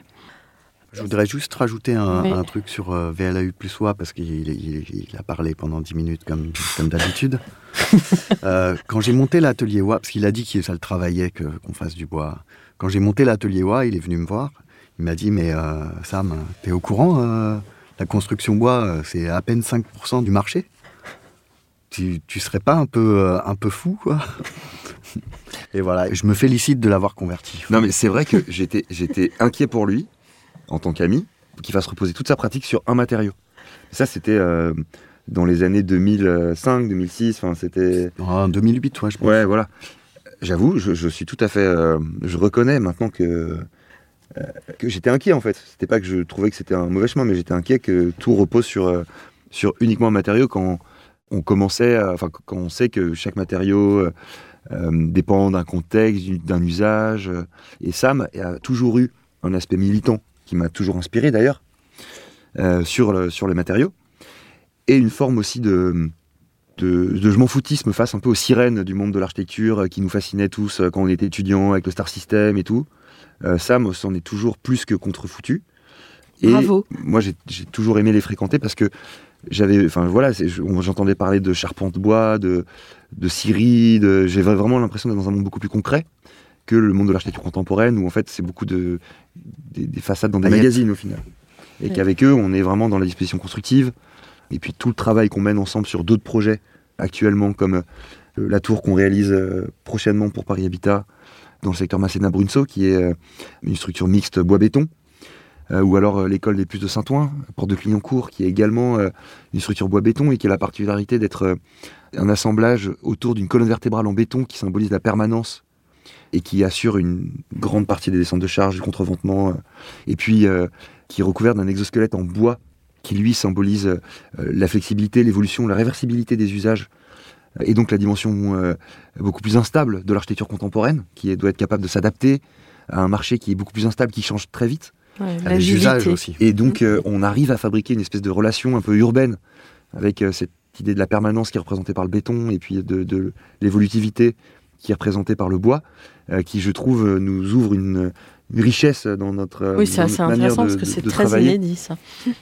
Je voudrais juste rajouter un, oui. un truc sur euh, V L A U plus O A, parce qu'il il, il a parlé pendant dix minutes comme, comme d'habitude. euh, quand j'ai monté l'atelier O A, parce qu'il a dit que ça le travaillait que, qu'on fasse du bois. Quand j'ai monté l'atelier O A, il est venu me voir. Il m'a dit, mais euh, Sam, t'es au courant euh, la construction bois, c'est à peine cinq pour cent du marché. tu, tu serais pas un peu, euh, un peu fou, quoi? Et voilà, je me félicite de l'avoir converti. Non, mais c'est vrai que j'étais, j'étais inquiet pour lui, en tant qu'ami, qu'il fasse reposer toute sa pratique sur un matériau. Ça, c'était euh, dans les années deux mille cinq, deux mille six, enfin, c'était... En deux mille huit, ouais, je pense. Ouais, voilà. J'avoue, je, je suis tout à fait... Euh, je reconnais maintenant que, euh, que j'étais inquiet, en fait. C'était pas que je trouvais que c'était un mauvais chemin, mais j'étais inquiet que tout repose sur, euh, sur uniquement un matériau quand on commençait... à, enfin, quand on sait que chaque matériau... Euh, Euh, dépend d'un contexte, d'un usage. Euh, et Sam a toujours eu un aspect militant qui m'a toujours inspiré d'ailleurs euh, sur, le, sur les matériaux, et une forme aussi de, de, de je m'en foutisme face un peu aux sirènes du monde de l'architecture euh, qui nous fascinaient tous euh, quand on était étudiants avec le Star System et tout. Euh, Sam s'en est toujours plus que contrefoutu. Et Bravo. Moi j'ai, j'ai toujours aimé les fréquenter parce que j'avais, enfin voilà, c'est, j'entendais parler de charpente bois, de, de scierie, de, j'avais vraiment l'impression d'être dans un monde beaucoup plus concret que le monde de l'architecture contemporaine où en fait c'est beaucoup de des, des façades dans des Paillettes. magazines au final. Et Oui. qu'avec eux on est vraiment dans la disposition constructive. Et puis tout le travail qu'on mène ensemble sur d'autres projets actuellement comme euh, la tour qu'on réalise euh, prochainement pour Paris Habitat dans le secteur Masséna-Brunceau qui est euh, une structure mixte bois-béton. Euh, ou alors euh, l'école des Puces de Saint-Ouen, porte de Clignancourt, qui est également euh, une structure bois-béton et qui a la particularité d'être euh, un assemblage autour d'une colonne vertébrale en béton qui symbolise la permanence et qui assure une grande partie des descentes de charge, du contreventement, euh, et puis euh, qui est recouvert d'un exosquelette en bois qui lui symbolise euh, la flexibilité, l'évolution, la réversibilité des usages, euh, et donc la dimension euh, beaucoup plus instable de l'architecture contemporaine, qui est, doit être capable de s'adapter à un marché qui est beaucoup plus instable, qui change très vite. Ouais, À des usages aussi. Et donc, euh, on arrive à fabriquer une espèce de relation un peu urbaine avec euh, cette idée de la permanence qui est représentée par le béton et puis de, de l'évolutivité qui est représentée par le bois, euh, qui, je trouve, euh, nous ouvre une, une richesse dans notre euh, Oui, c'est dans assez notre manière intéressant de- parce que de- c'est de très travailler. inédit, ça.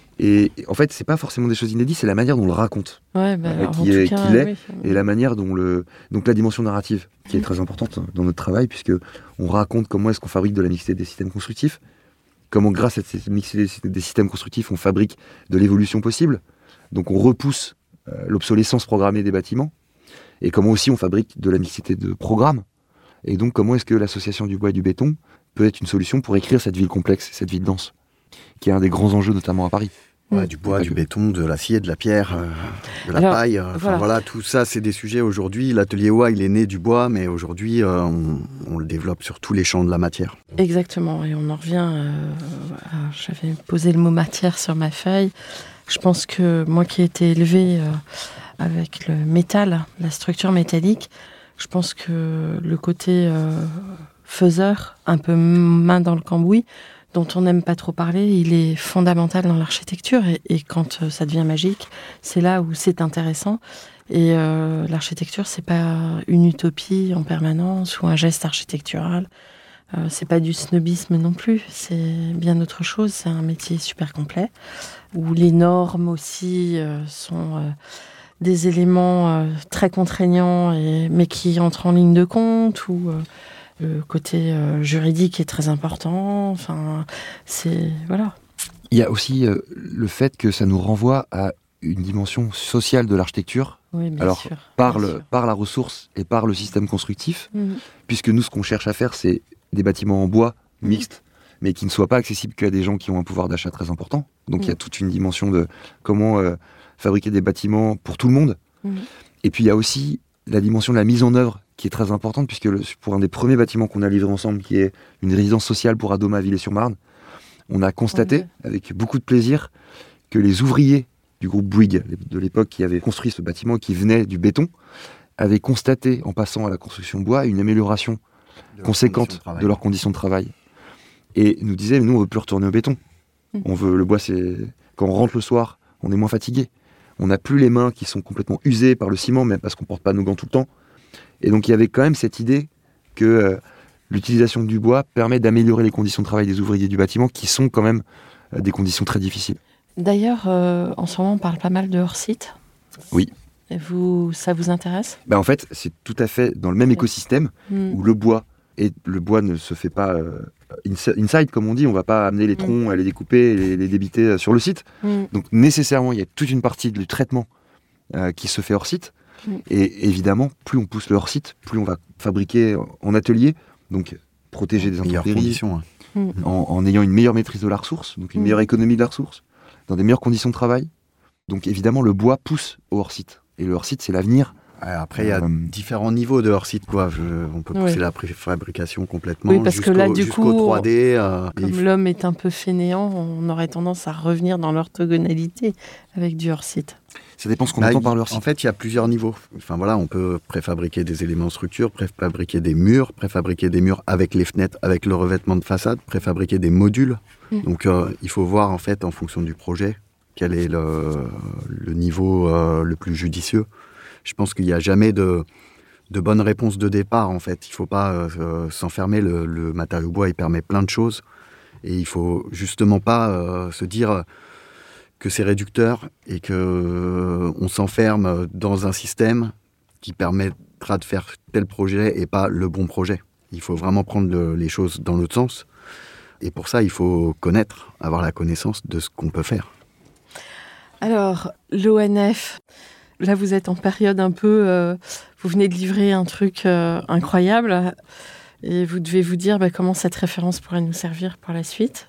Et en fait, c'est pas forcément des choses inédites, c'est la manière dont on le raconte Ouais, bah, Euh, en qui tout est- cas, qu'il est, oui. et la manière dont le donc la dimension narrative qui est très importante dans notre travail puisque on raconte comment est-ce qu'on fabrique de la mixité des systèmes constructifs, comment grâce à cette mixité des systèmes constructifs on fabrique de l'évolution possible, donc on repousse euh, l'obsolescence programmée des bâtiments, et comment aussi on fabrique de la mixité de programmes, et donc comment est-ce que l'association du bois et du béton peut être une solution pour écrire cette ville complexe, cette ville dense, qui est un des grands enjeux notamment à Paris. Ouais, du bois, Pas du que. béton, de l'acier, de la pierre, euh, de la Alors, paille. euh, Enfin voilà. voilà. Tout ça, c'est des sujets aujourd'hui. L'atelier O A, il est né du bois, mais aujourd'hui, euh, on, on le développe sur tous les champs de la matière. Exactement, et on en revient. euh, à- J'avais posé le mot matière sur ma feuille. Je pense que moi qui ai été élevée euh, avec le métal, la structure métallique, je pense que le côté euh, faiseur, un peu main dans le cambouis, dont on n'aime pas trop parler, il est fondamental dans l'architecture. Et, et quand euh, ça devient magique, c'est là où c'est intéressant. Et euh, l'architecture, c'est pas une utopie en permanence ou un geste architectural. Euh, c'est pas du snobisme non plus. C'est bien autre chose. C'est un métier super complet où les normes aussi euh, sont euh, des éléments euh, très contraignants, et, mais qui entrent en ligne de compte, ou euh, le côté euh, juridique est très important. Enfin, c'est voilà. Il y a aussi euh, le fait que ça nous renvoie à une dimension sociale de l'architecture, Oui, bien alors sûr. par, bien le, sûr. par la ressource et par le système constructif, Mhm. puisque nous, ce qu'on cherche à faire, c'est des bâtiments en bois mixtes, mais qui ne soient pas accessibles qu'à des gens qui ont un pouvoir d'achat très important. Donc il y a Mhm. toute une dimension de comment euh, fabriquer des bâtiments pour tout le monde. Mhm. Et puis il y a aussi la dimension de la mise en œuvre qui est très importante, puisque le, pour un des premiers bâtiments qu'on a livré ensemble, qui est une résidence sociale pour Adoma à Villers-sur-Marne, on a constaté Ouais. avec beaucoup de plaisir que les ouvriers du groupe Bouygues de l'époque qui avaient construit ce bâtiment, qui venait du béton, avaient constaté en passant à la construction bois une amélioration De conséquente de leurs conditions de travail. Et nous disaient, nous, on veut plus retourner au béton. Mhm. On veut le bois, c'est quand on rentre le soir, on est moins fatigué. On n'a plus les mains qui sont complètement usées par le ciment, même parce qu'on porte pas nos gants tout le temps. Et donc il y avait quand même cette idée que euh, l'utilisation du bois permet d'améliorer les conditions de travail des ouvriers du bâtiment, qui sont quand même euh, des conditions très difficiles. D'ailleurs, euh, en ce moment, on parle pas mal de hors-site. Oui. Et vous, ça vous intéresse? Ben, en fait, c'est tout à fait dans le même écosystème Mhm. où le bois, et le bois ne se fait pas euh, ins- inside, comme on dit, on va pas amener les troncs, à les découper et les, les débiter euh, sur le site. Mhm. Donc nécessairement, il y a toute une partie du traitement euh, qui se fait hors site. Mmh. Et évidemment, plus on pousse le hors-site, plus on va fabriquer en atelier, donc protéger des intempéries, hein. mmh. en, en ayant une meilleure maîtrise de la ressource, donc une mmh. meilleure économie de la ressource, dans des meilleures conditions de travail. Donc évidemment, le bois pousse au hors-site. Et le hors-site, c'est l'avenir. Après, il y a euh, différents niveaux de hors-site, quoi. Je, on peut pousser oui. la préfabrication complètement oui, parce jusqu'au, que là, du jusqu'au coup, trois D. Euh, comme il... l'homme est un peu fainéant, on aurait tendance à revenir dans l'orthogonalité avec du hors-site. Ça dépend ce qu'on bah, entend par le hors-site. En fait, il y a plusieurs niveaux. Enfin voilà, on peut préfabriquer des éléments de structure, préfabriquer des murs, préfabriquer des murs avec les fenêtres, avec le revêtement de façade, préfabriquer des modules. Mmh. Donc, euh, il faut voir en fait, en fonction du projet, quel est le, le niveau euh, le plus judicieux. Je pense qu'il n'y a jamais de, de bonne réponse de départ, en fait. Il ne faut pas euh, s'enfermer. Le, le matériau bois, il permet plein de choses. Et il ne faut justement pas euh, se dire que c'est réducteur et qu'on euh, s'enferme dans un système qui permettra de faire tel projet et pas le bon projet. Il faut vraiment prendre le, les choses dans l'autre sens. Et pour ça, il faut connaître, avoir la connaissance de ce qu'on peut faire. Alors, l'O N F... Là, vous êtes en période un peu... Euh, vous venez de livrer un truc euh, incroyable et vous devez vous dire bah, comment cette référence pourrait nous servir pour la suite.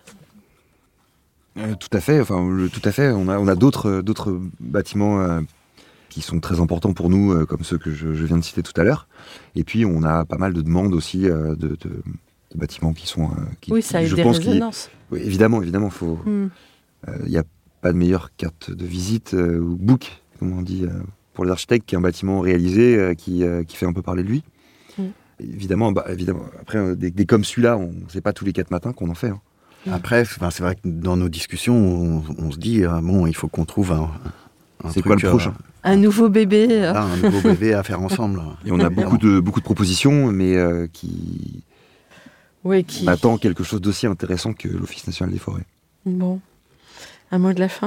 Euh, tout à fait. Enfin, le, tout à fait. On a, on a d'autres, d'autres bâtiments euh, qui sont très importants pour nous, euh, comme ceux que je, je viens de citer tout à l'heure. Et puis, on a pas mal de demandes aussi euh, de, de, de bâtiments qui sont... Euh, qui, oui, ça a je des pense résonances. Oui, évidemment, évidemment. Il mm. n'y euh, a pas de meilleure carte de visite euh, ou book, comme on dit, euh, pour les architectes, qui est un bâtiment réalisé, euh, qui, euh, qui fait un peu parler de lui. Mm. Évidemment, bah, évidemment, après, euh, des, des comme celui-là, on ne sait pas tous les quatre matins qu'on en fait. Hein. Mm. Après, c'est vrai que dans nos discussions, on, on se dit, euh, bon, il faut qu'on trouve un, un c'est truc... quoi le prochain euh, Un nouveau bébé. Euh. Là, un nouveau bébé à faire ensemble. Et on a beaucoup de, beaucoup de propositions, mais euh, qui... Oui, qui... On attend quelque chose d'aussi intéressant que l'Office national des forêts. Bon. Un mot de la fin ?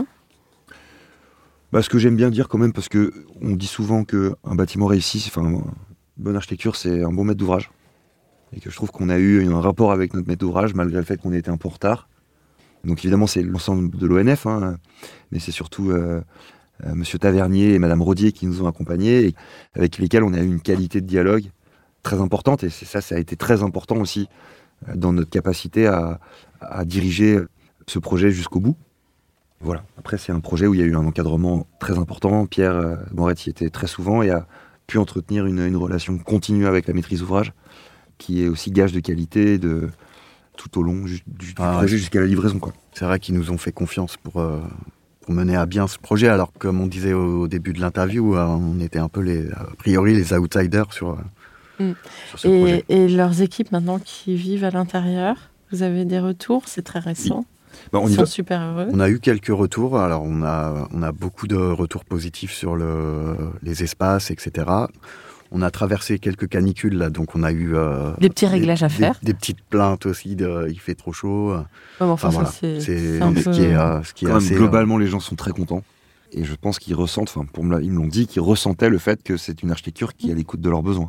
Bah, ce que j'aime bien dire quand même, parce qu'on dit souvent qu'un bâtiment réussi, enfin, une bonne architecture, c'est un bon maître d'ouvrage. Et que je trouve qu'on a eu un rapport avec notre maître d'ouvrage, malgré le fait qu'on ait été un peu en retard. Donc évidemment, c'est l'ensemble de l'O N F, hein, mais c'est surtout euh, euh, Monsieur Tavernier et Madame Rodier qui nous ont accompagnés, et avec lesquels on a eu une qualité de dialogue très importante. Et c'est ça, ça a été très important aussi euh, dans notre capacité à, à diriger ce projet jusqu'au bout. Voilà. Après, c'est un projet où il y a eu un encadrement très important. Pierre euh, Moretti y était très souvent et a pu entretenir une, une relation continue avec la maîtrise d'ouvrage, qui est aussi gage de qualité de, tout au long du, du ah, projet jusqu'à la livraison, quoi. C'est vrai qu'ils nous ont fait confiance pour, euh, pour mener à bien ce projet, alors que, comme on disait au, au début de l'interview, euh, on était un peu, les, a priori, les outsiders sur, euh, mmh. sur ce et, projet. Et leurs équipes, maintenant, qui vivent à l'intérieur, vous avez des retours? C'est très récent. Bah, on Ils y sont va. super heureux. On a eu quelques retours. Alors, on a, on a beaucoup de retours positifs sur le, les espaces, et cetera. On a traversé quelques canicules, là, donc on a eu... Euh, des petits réglages des, à faire. Des, des petites plaintes aussi, de, il fait trop chaud. Ouais, enfin, enfin, voilà. ça, c'est, c'est, c'est un ce peu... qui est, euh, ce qui est Quand assez... même, globalement, euh... les gens sont très contents. Et je pense qu'ils ressentent, enfin, pour me, ils me l'ont dit, qu'ils ressentaient le fait que c'est une architecture qui est à l'écoute de leurs besoins.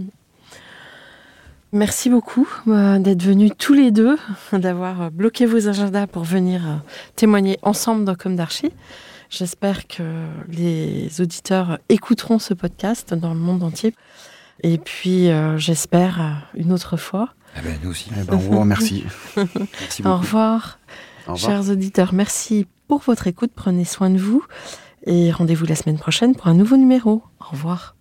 Merci beaucoup euh, d'être venus tous les deux, d'avoir bloqué vos agendas pour venir euh, témoigner ensemble dans Comme d'Archi. J'espère que les auditeurs écouteront ce podcast dans le monde entier. Et puis, euh, j'espère euh, une autre fois. Eh ben, nous aussi. Eh ben, au revoir, merci. Merci beaucoup. Au revoir. Au revoir. Chers auditeurs, merci pour votre écoute. Prenez soin de vous. Et rendez-vous la semaine prochaine pour un nouveau numéro. Au revoir.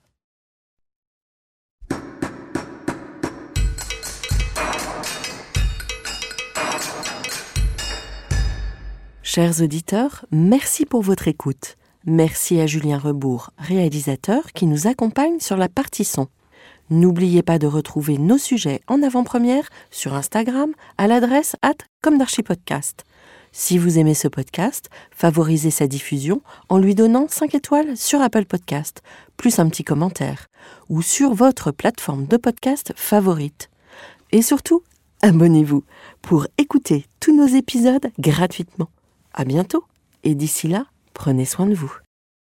Chers auditeurs, merci pour votre écoute. Merci à Julien Rebourg, réalisateur, qui nous accompagne sur la partie son. N'oubliez pas de retrouver nos sujets en avant-première sur Instagram à l'adresse arobase comme d'archi podcast. Si vous aimez ce podcast, favorisez sa diffusion en lui donnant cinq étoiles sur Apple Podcast, plus un petit commentaire, ou sur votre plateforme de podcast favorite. Et surtout, abonnez-vous pour écouter tous nos épisodes gratuitement. À bientôt, et d'ici là, prenez soin de vous.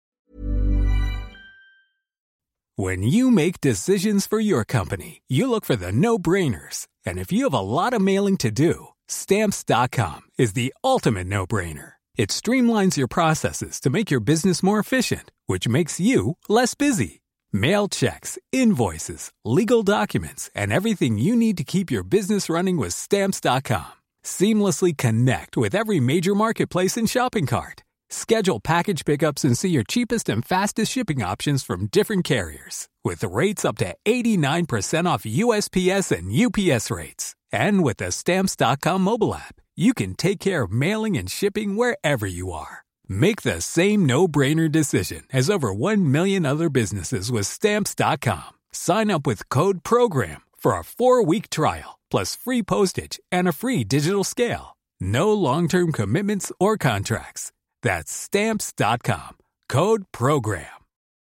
When you make decisions for your company, you look for the no-brainers. And if you have a lot of mailing to do, Stamps dot com is the ultimate no-brainer. It streamlines your processes to make your business more efficient, which makes you less busy. Mail checks, invoices, legal documents, and everything you need to keep your business running with Stamps dot com. Seamlessly connect with every major marketplace and shopping cart. Schedule package pickups and see your cheapest and fastest shipping options from different carriers, with rates up to eighty-nine percent off U S P S and U P S rates. And with the Stamps dot com mobile app, you can take care of mailing and shipping wherever you are. Make the same no-brainer decision as over one million other businesses with Stamps dot com. Sign up with code PROGRAM for a four-week trial, plus free postage and a free digital scale. No long-term commitments or contracts. That's Stamps dot com. Code PROGRAM.